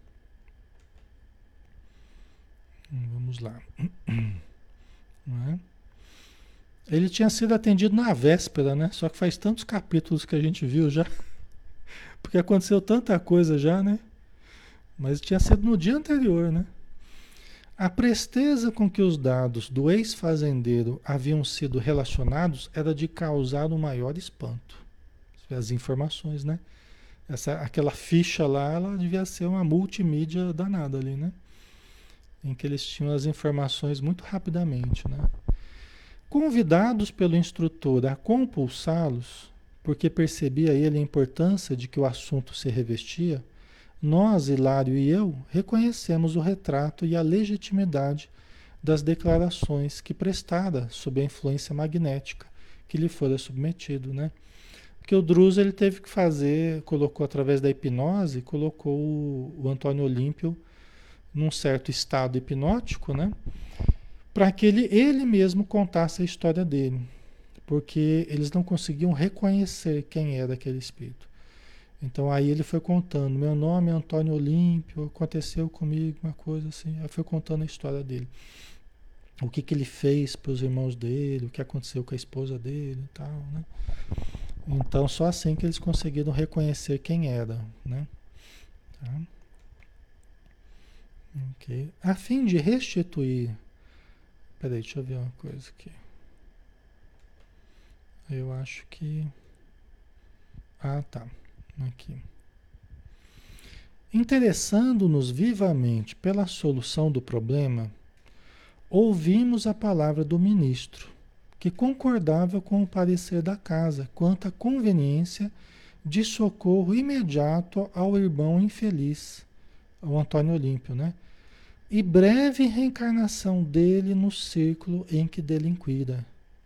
Vamos lá. Não é? Ele tinha sido atendido na véspera, né? Só que faz tantos capítulos que a gente viu já. Porque aconteceu tanta coisa já, né? Mas tinha sido no dia anterior, né? A presteza com que os dados do ex-fazendeiro haviam sido relacionados era de causar o maior espanto. As informações, né? Aquela ficha lá, ela devia ser uma multimídia danada ali, né? Em que eles tinham as informações muito rapidamente, né? Convidados pelo instrutor a compulsá-los, porque percebia ele a importância de que o assunto se revestia, nós, Hilário e eu, reconhecemos o retrato e a legitimidade das declarações que prestara sob a influência magnética que lhe fora submetido, né? Porque o Druso ele teve que fazer, colocou através da hipnose, colocou o Antônio Olímpio num certo estado hipnótico, né? Para que ele mesmo contasse a história dele, porque eles não conseguiam reconhecer quem era aquele espírito. Então aí ele foi contando, meu nome é Antônio Olímpio, aconteceu comigo uma coisa assim, aí foi contando a história dele. O que ele fez para os irmãos dele, o que aconteceu com a esposa dele e tal, né? Então só assim que eles conseguiram reconhecer quem era, né? Tá? Ok. A fim de restituir... Peraí, deixa eu ver uma coisa aqui. Eu acho que... Ah, tá. Aqui. Interessando-nos vivamente pela solução do problema, ouvimos a palavra do ministro, que concordava com o parecer da casa quanto à conveniência de socorro imediato ao irmão infeliz, ao Antônio Olímpio, né? E breve reencarnação dele no círculo em que delinquira.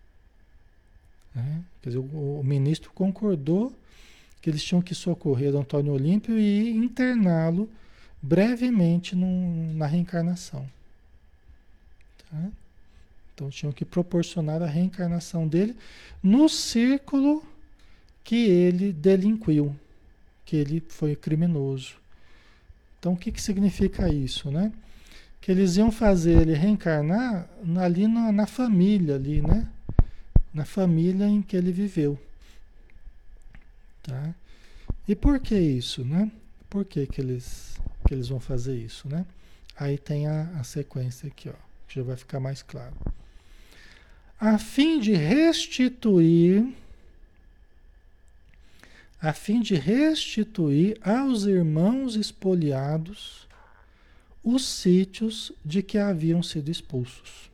Né? Quer dizer, o ministro concordou que eles tinham que socorrer o Antônio Olímpio e interná-lo brevemente na reencarnação. Tá? Então tinham que proporcionar a reencarnação dele no círculo que ele delinquiu, que ele foi criminoso. Então o que significa isso, né? Que eles iam fazer ele reencarnar ali na família, ali, né? Na família em que ele viveu. Tá? E por que isso, né? Por que eles vão fazer isso, né? Aí tem a sequência aqui, ó, que já vai ficar mais claro. A fim de restituir aos irmãos espoliados os sítios de que haviam sido expulsos.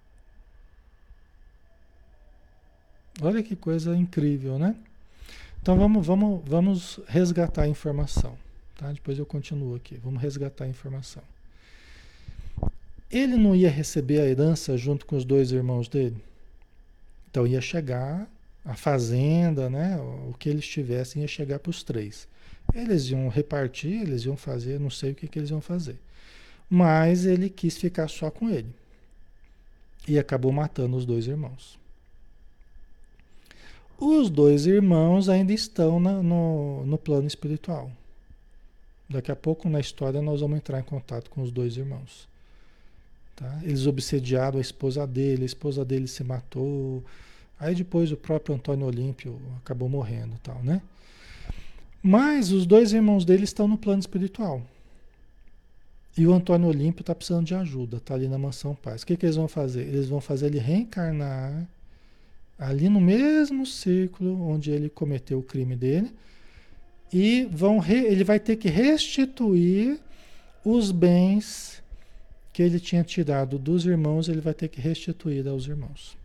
Olha que coisa incrível, né? Então vamos resgatar a informação, tá? Depois eu continuo aqui. Vamos resgatar a informação. Ele não ia receber a herança junto com os dois irmãos dele? Então ia chegar a fazenda, né? O que eles tivessem ia chegar para os três. Eles iam repartir, eles iam fazer, não sei o que eles iam fazer. Mas ele quis ficar só com ele. E acabou matando os dois irmãos. Os dois irmãos ainda estão no plano espiritual. Daqui a pouco na história nós vamos entrar em contato com os dois irmãos. Tá? Eles obsediaram a esposa dele se matou. Aí depois o próprio Antônio Olímpio acabou morrendo, tal, né? Mas os dois irmãos dele estão no plano espiritual. E o Antônio Olímpio está precisando de ajuda, está ali na Mansão Paz. O que eles vão fazer? Eles vão fazer ele reencarnar ali no mesmo círculo onde ele cometeu o crime dele, e ele vai ter que restituir os bens que ele tinha tirado dos irmãos, ele vai ter que restituir aos irmãos.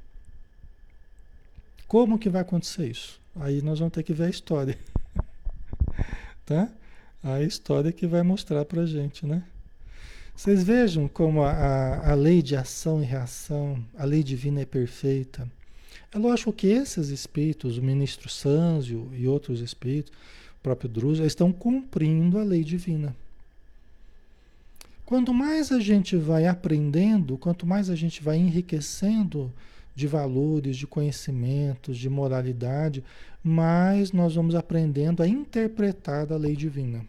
Como que vai acontecer isso? Aí nós vamos ter que ver a história. Tá? A história que vai mostrar pra gente, né? Vocês vejam como a lei de ação e reação, a lei divina é perfeita. É lógico que esses espíritos, o ministro Sânzio e outros espíritos, o próprio Druso, estão cumprindo a lei divina. Quanto mais a gente vai aprendendo, quanto mais a gente vai enriquecendo de valores, de conhecimentos, de moralidade, mais nós vamos aprendendo a interpretar a lei divina.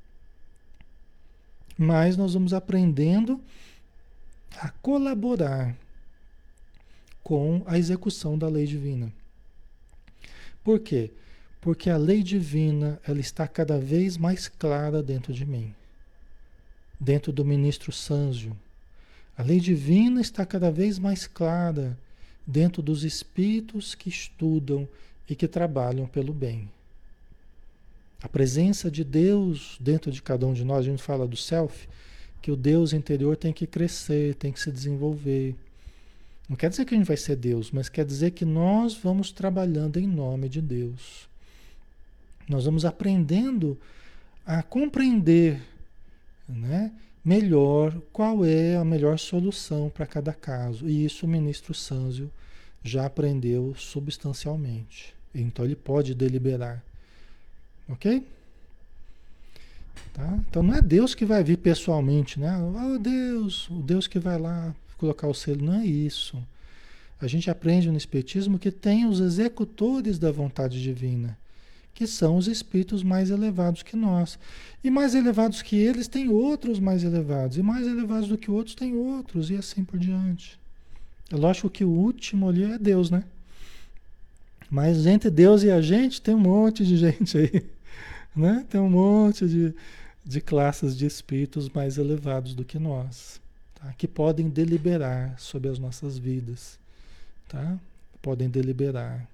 Mais nós vamos aprendendo a colaborar com a execução da lei divina. Por quê? Porque a lei divina ela está cada vez mais clara dentro de mim, dentro do ministro Sânzio. A lei divina está cada vez mais clara dentro dos espíritos que estudam e que trabalham pelo bem. A presença de Deus dentro de cada um de nós, a gente fala do self, que o Deus interior tem que crescer, tem que se desenvolver. Não quer dizer que a gente vai ser Deus, mas quer dizer que nós vamos trabalhando em nome de Deus. Nós vamos aprendendo a compreender, né, melhor qual é a melhor solução para cada caso. E isso o ministro Sânzio já aprendeu substancialmente. Então ele pode deliberar. Ok? Tá? Então não é Deus que vai vir pessoalmente, né? Oh Deus, o Deus que vai lá colocar o selo. Não é isso. A gente aprende no Espiritismo que tem os executores da vontade divina, que são os espíritos mais elevados que nós. E mais elevados que eles, tem outros mais elevados. E mais elevados do que outros, tem outros. E assim por diante. É lógico que o último ali é Deus, né? Mas entre Deus e a gente, tem um monte de gente aí. Né? Tem um monte de classes de espíritos mais elevados do que nós. Tá? Que podem deliberar sobre as nossas vidas. Tá? Podem deliberar.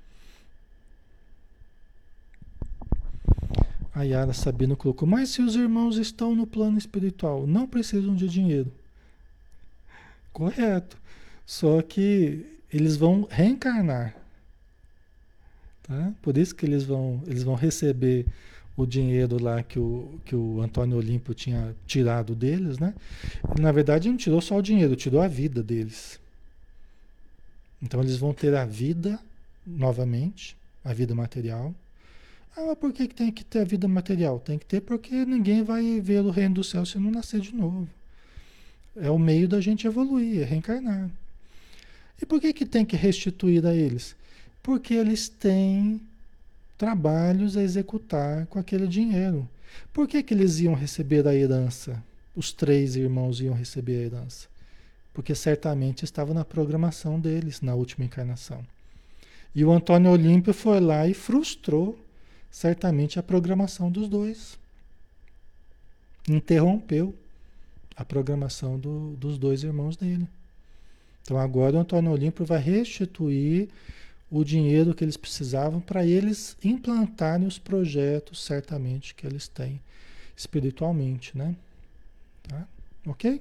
A Yara Sabino colocou, mas se os irmãos estão no plano espiritual, não precisam de dinheiro. Correto. Só que eles vão reencarnar. Tá? Por isso que eles vão receber o dinheiro lá que o Antônio Olímpio tinha tirado deles, né? Na verdade, não tirou só o dinheiro, tirou a vida deles. Então eles vão ter a vida novamente, a vida material. Ah, mas por que tem que ter a vida material? Tem que ter porque ninguém vai ver o reino do céu se não nascer de novo. É o meio da gente evoluir, é reencarnar. E por que tem que restituir a eles? Porque eles têm trabalhos a executar com aquele dinheiro. Por que eles iam receber a herança? Os 3 irmãos iam receber a herança. Porque certamente estava na programação deles, na última encarnação. E o Antônio Olímpio foi lá e frustrou certamente a programação dos 2. Interrompeu a programação dos 2 irmãos dele. Então agora o Antônio Olímpio vai restituir o dinheiro que eles precisavam para eles implantarem os projetos, certamente, que eles têm espiritualmente, né? Tá? Ok?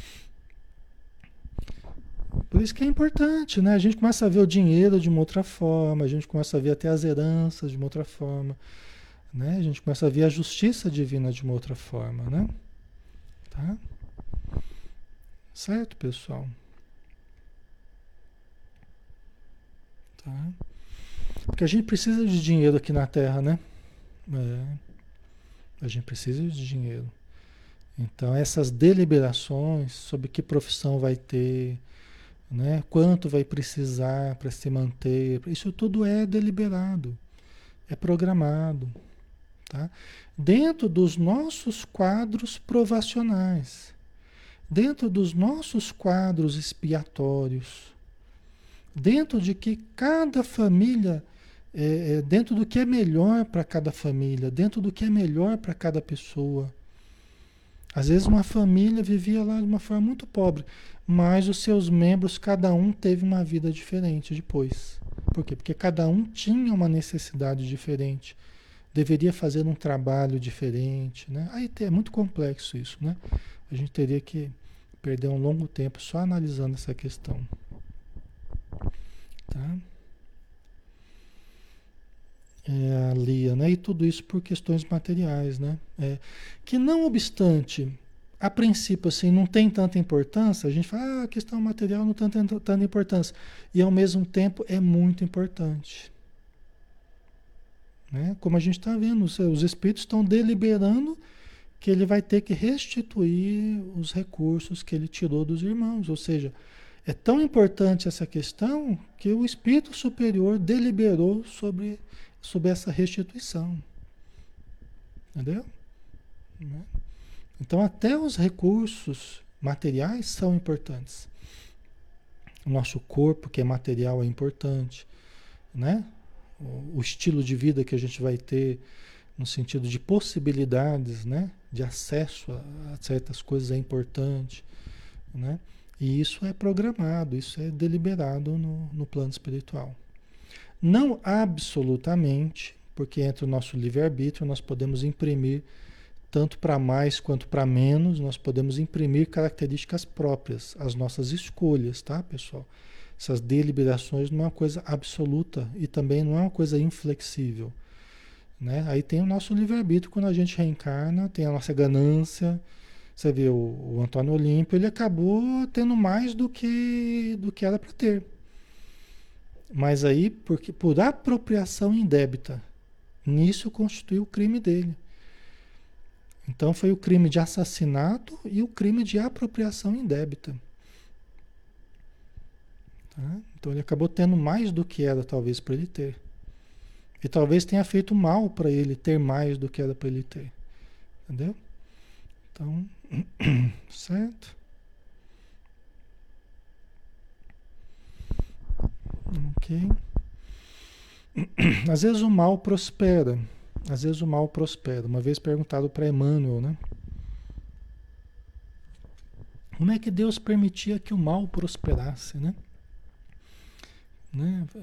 Por isso que é importante, né? A gente começa a ver o dinheiro de uma outra forma, a gente começa a ver até as heranças de uma outra forma, né? A gente começa a ver a justiça divina de uma outra forma, né? Tá? Certo, pessoal? Tá? Porque a gente precisa de dinheiro aqui na Terra, né? A gente precisa de dinheiro. Então, essas deliberações sobre que profissão vai ter, né? Quanto vai precisar para se manter, isso tudo é deliberado, é programado, tá? Dentro dos nossos quadros provacionais, dentro dos nossos quadros expiatórios, dentro de que cada família, dentro do que é melhor para cada família, dentro do que é melhor para cada pessoa. Às vezes uma família vivia lá de uma forma muito pobre, mas os seus membros, cada um teve uma vida diferente depois. Por quê? Porque cada um tinha uma necessidade diferente, deveria fazer um trabalho diferente, né? Aí é muito complexo isso, né? A gente teria que perder um longo tempo só analisando essa questão. Tá? A Lia, né? E tudo isso por questões materiais, né? Que não obstante, a princípio assim, não tem tanta importância, a gente fala, a questão material não tem tanta importância. E ao mesmo tempo é muito importante. Né? Como a gente está vendo, os espíritos estão deliberando que ele vai ter que restituir os recursos que ele tirou dos irmãos, ou seja, é tão importante essa questão que o Espírito Superior deliberou sobre essa restituição. Entendeu? Então, até os recursos materiais são importantes. O nosso corpo, que é material, é importante. Né? O estilo de vida que a gente vai ter, no sentido de possibilidades, né? De acesso a certas coisas é importante. Né? E isso é programado, isso é deliberado no plano espiritual. Não absolutamente, porque entre o nosso livre-arbítrio nós podemos imprimir, tanto para mais quanto para menos, nós podemos imprimir características próprias, as nossas escolhas, tá, pessoal? Essas deliberações não é uma coisa absoluta e também não é uma coisa inflexível. né? Aí tem o nosso livre-arbítrio quando a gente reencarna, tem a nossa ganância. Você vê o Antônio Olímpio, ele acabou tendo mais do que era para ter. Mas aí, porque por apropriação indébita, nisso constituiu o crime dele. Então foi o crime de assassinato e o crime de apropriação indébita. Tá? Então ele acabou tendo mais do que era talvez para ele ter. E talvez tenha feito mal para ele ter mais do que era para ele ter. Entendeu? Então, certo? Ok. Às vezes o mal prospera. Às vezes o mal prospera. Uma vez perguntado para Emmanuel, né? Como é que Deus permitia que o mal prosperasse, né? Né?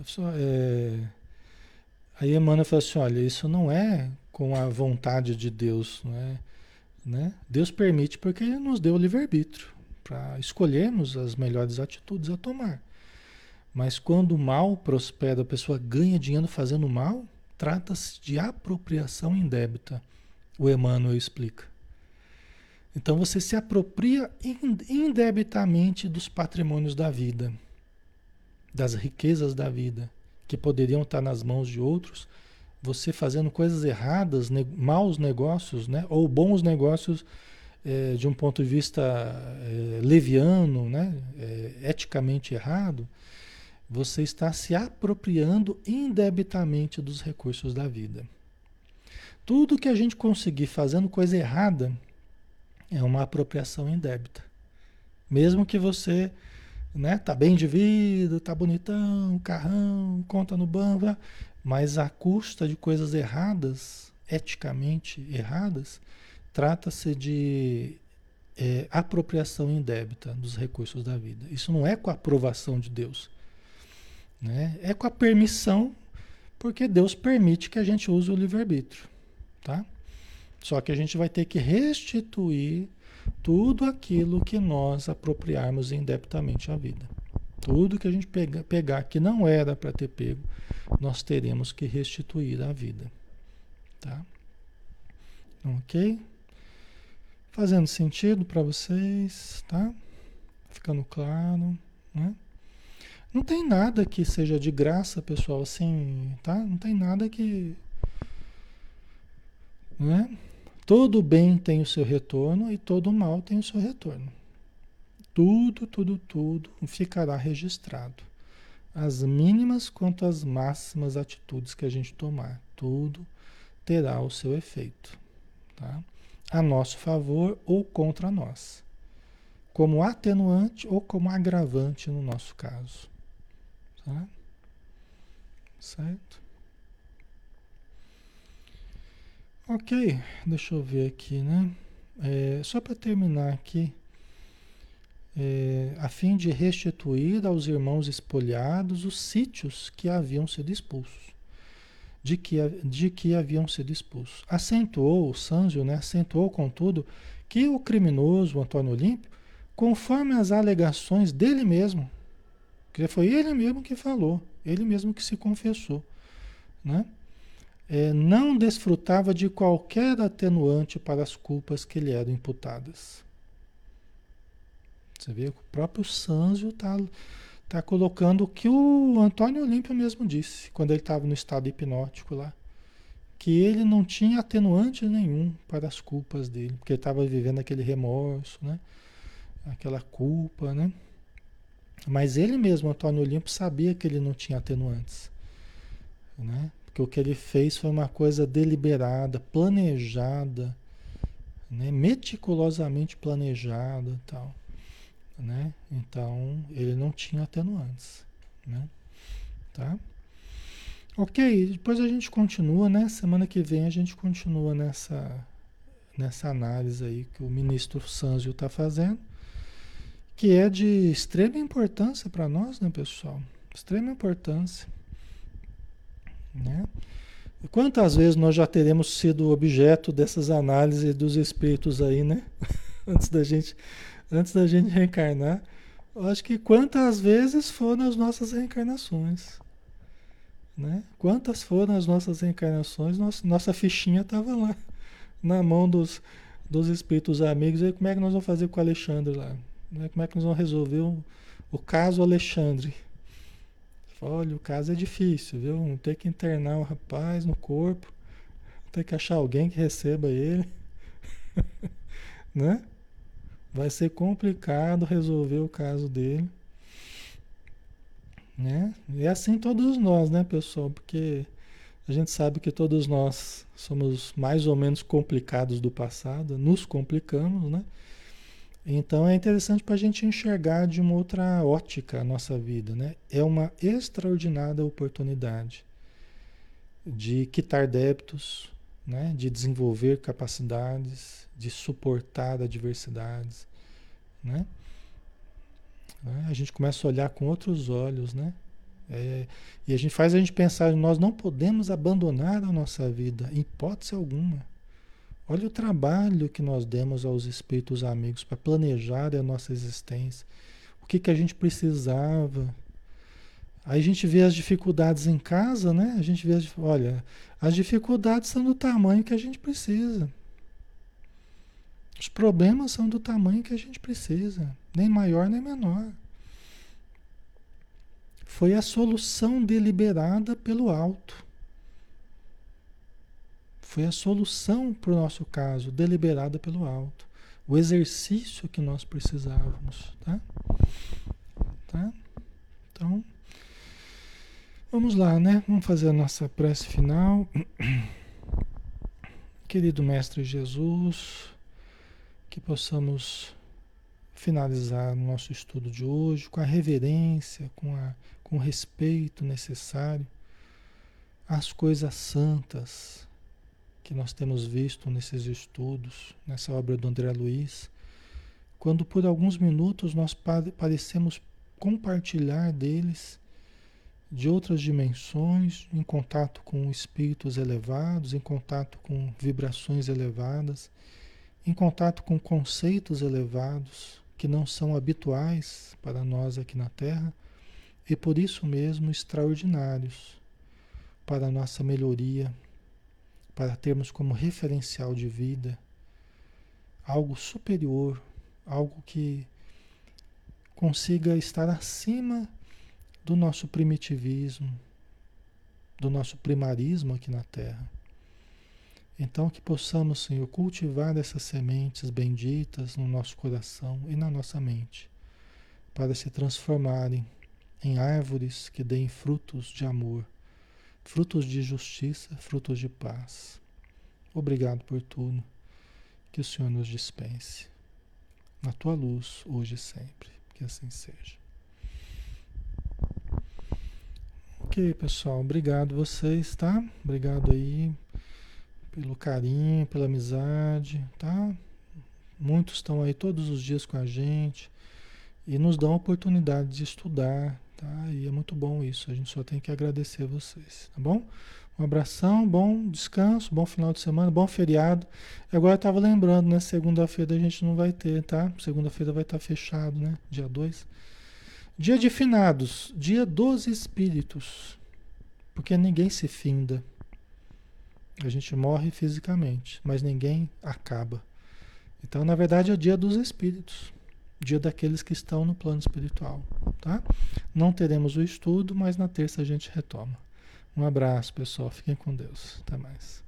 Aí Emmanuel falou assim, olha, isso não é com a vontade de Deus, não é, né? Deus permite porque Ele nos deu o livre-arbítrio para escolhermos as melhores atitudes a tomar. Mas quando o mal prospera, a pessoa ganha dinheiro fazendo mal, trata-se de apropriação indébita. O Emmanuel explica. Então você se apropria indebitamente dos patrimônios da vida, das riquezas da vida, que poderiam estar nas mãos de outros, você fazendo coisas erradas, maus negócios, né? Ou bons negócios de um ponto de vista leviano, né? Eticamente errado, você está se apropriando indebitamente dos recursos da vida. Tudo que a gente conseguir fazendo coisa errada é uma apropriação indébita. Mesmo que você, né, tá bem de vida, tá bonitão, carrão, conta no banco, mas à custa de coisas erradas, eticamente erradas, trata-se de apropriação indébita dos recursos da vida. Isso não é com a aprovação de Deus, né? É com a permissão, porque Deus permite que a gente use o livre-arbítrio, tá? Só que a gente vai ter que restituir tudo aquilo que nós apropriarmos indebitamente à vida. Tudo que a gente pegar que não era para ter pego, nós teremos que restituir à vida. Tá? Ok? Fazendo sentido para vocês, tá? Ficando claro, né? Não tem nada que seja de graça, pessoal, assim, tá? Não tem nada que... né? Todo bem tem o seu retorno e todo mal tem o seu retorno. Tudo ficará registrado. As mínimas quanto às máximas atitudes que a gente tomar. Tudo terá o seu efeito. Tá? A nosso favor ou contra nós. Como atenuante ou como agravante no nosso caso. Tá? Certo? Ok, deixa eu ver aqui, né? Só para terminar aqui, a fim de restituir aos irmãos espoliados os sítios que haviam sido expulsos, de que haviam sido expulsos. Acentuou o Sâncio, né? Acentuou, contudo, que o criminoso, o Antônio Olímpio, conforme as alegações dele mesmo, que foi ele mesmo que falou, ele mesmo que se confessou, né? Não desfrutava de qualquer atenuante para as culpas que lhe eram imputadas. Você vê, o próprio Sâncio está colocando o que o Antônio Olímpio mesmo disse, quando ele estava no estado hipnótico lá, que ele não tinha atenuante nenhum para as culpas dele, porque ele estava vivendo aquele remorso, né? Aquela culpa, né? Mas ele mesmo, Antônio Olímpio, sabia que ele não tinha atenuantes, né? Porque o que ele fez foi uma coisa deliberada, planejada, né? Meticulosamente planejada e tal, né? Então, ele não tinha atenuantes, né? Tá? Ok, depois a gente continua, né? Semana que vem a gente continua nessa análise aí que o ministro Sâncio está fazendo, que é de extrema importância para nós, né, pessoal? Extrema importância. Né? Quantas vezes nós já teremos sido objeto dessas análises dos espíritos aí, né? antes da gente reencarnar. Eu acho que quantas vezes foram as nossas reencarnações, né? Quantas foram as nossas reencarnações, nossa fichinha estava lá, na mão dos espíritos amigos. E como é que nós vamos fazer com o Alexandre lá? Né? Como é que nós vamos resolver o caso Alexandre? Olha, o caso é difícil, viu? Vamos ter que internar o rapaz no corpo, ter que achar alguém que receba ele, né? Vai ser complicado resolver o caso dele, né? E assim todos nós, né, pessoal? Porque a gente sabe que todos nós somos mais ou menos complicados do passado, nos complicamos, né? Então é interessante para a gente enxergar de uma outra ótica a nossa vida, né? É uma extraordinária oportunidade de quitar débitos, né? De desenvolver capacidades, de suportar adversidades, né? A gente começa a olhar com outros olhos, né? E a gente faz a gente pensar, nós não podemos abandonar a nossa vida, em hipótese alguma. Olha o trabalho que nós demos aos espíritos amigos para planejar a nossa existência. O que a gente precisava. Aí a gente vê as dificuldades em casa, né? A gente vê, olha, as dificuldades são do tamanho que a gente precisa. Os problemas são do tamanho que a gente precisa. Nem maior, nem menor. Foi a solução deliberada pelo alto. Foi a solução para o nosso caso, deliberada pelo alto. O exercício que nós precisávamos, tá? Tá? Então, vamos lá, né? Vamos fazer a nossa prece final. Querido Mestre Jesus, que possamos finalizar o nosso estudo de hoje com a reverência, com o respeito necessário às coisas santas que nós temos visto nesses estudos, nessa obra do André Luiz, quando por alguns minutos nós parecemos compartilhar deles de outras dimensões, em contato com espíritos elevados, em contato com vibrações elevadas, em contato com conceitos elevados que não são habituais para nós aqui na Terra e por isso mesmo extraordinários para a nossa melhoria, para termos como referencial de vida algo superior, algo que consiga estar acima do nosso primitivismo, do nosso primarismo aqui na Terra. Então que possamos, Senhor, cultivar essas sementes benditas no nosso coração e na nossa mente, para se transformarem em árvores que deem frutos de amor, frutos de justiça, frutos de paz. Obrigado por tudo. Que o Senhor nos dispense. Na tua luz, hoje e sempre. Que assim seja. Ok, pessoal. Obrigado vocês, tá? Obrigado aí pelo carinho, pela amizade, tá? Muitos estão aí todos os dias com a gente e nos dão a oportunidade de estudar, tá? E é muito bom isso. A gente só tem que agradecer a vocês, tá bom? Um abração, bom descanso, bom final de semana, bom feriado. Agora eu estava lembrando, né? Segunda-feira a gente não vai ter, tá? Segunda-feira vai estar fechado, né? Dia 2. Dia de finados, dia dos espíritos. Porque ninguém se finda. A gente morre fisicamente, mas ninguém acaba. Então, na verdade, é o dia dos espíritos. Dia daqueles que estão no plano espiritual, tá? Não teremos o estudo, mas na terça a gente retoma. Um abraço, pessoal. Fiquem com Deus. Até mais.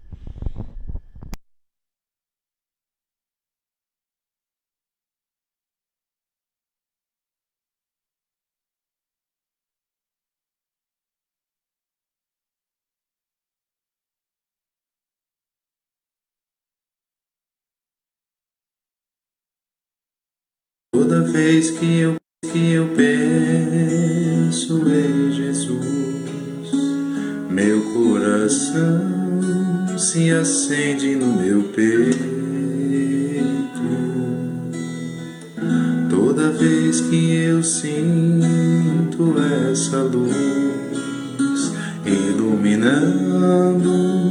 Toda vez que eu penso em Jesus, meu coração se acende no meu peito. Toda vez que eu sinto essa luz iluminando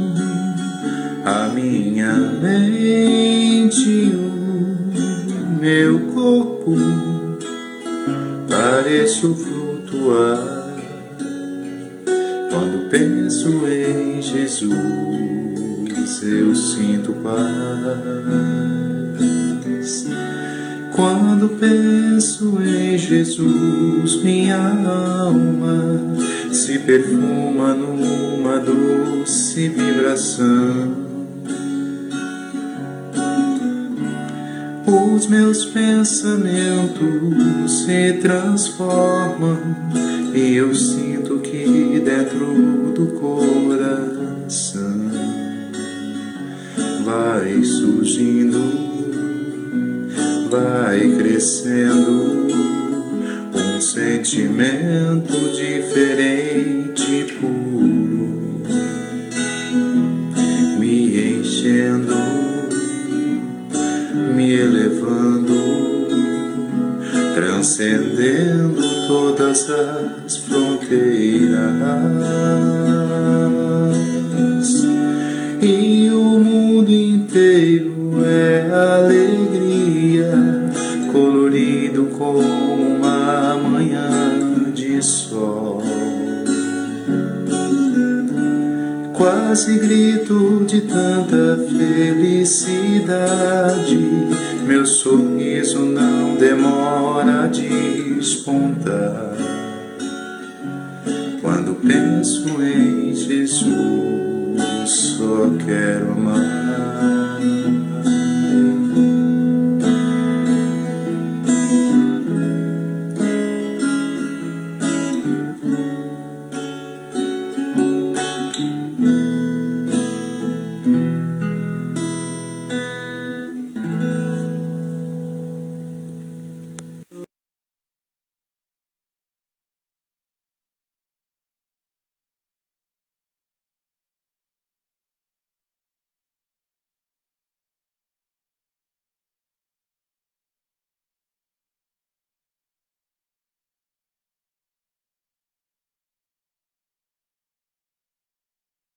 a minha mente, o meu corpo parece flutuar Quando penso em Jesus, eu sinto paz. Quando penso em Jesus, minha alma se perfuma numa doce vibração. Os meus pensamentos se transformam e eu sinto que dentro do coração vai surgindo, vai crescendo um sentimento diferente, puro, me enchendo, me elevando, transcendendo todas as fronteiras. E o mundo inteiro é alegria, colorido como uma manhã de sol. Quase grito de tanta felicidade, meu sorriso não demora a despontar. Quando penso em Jesus, só quero amar.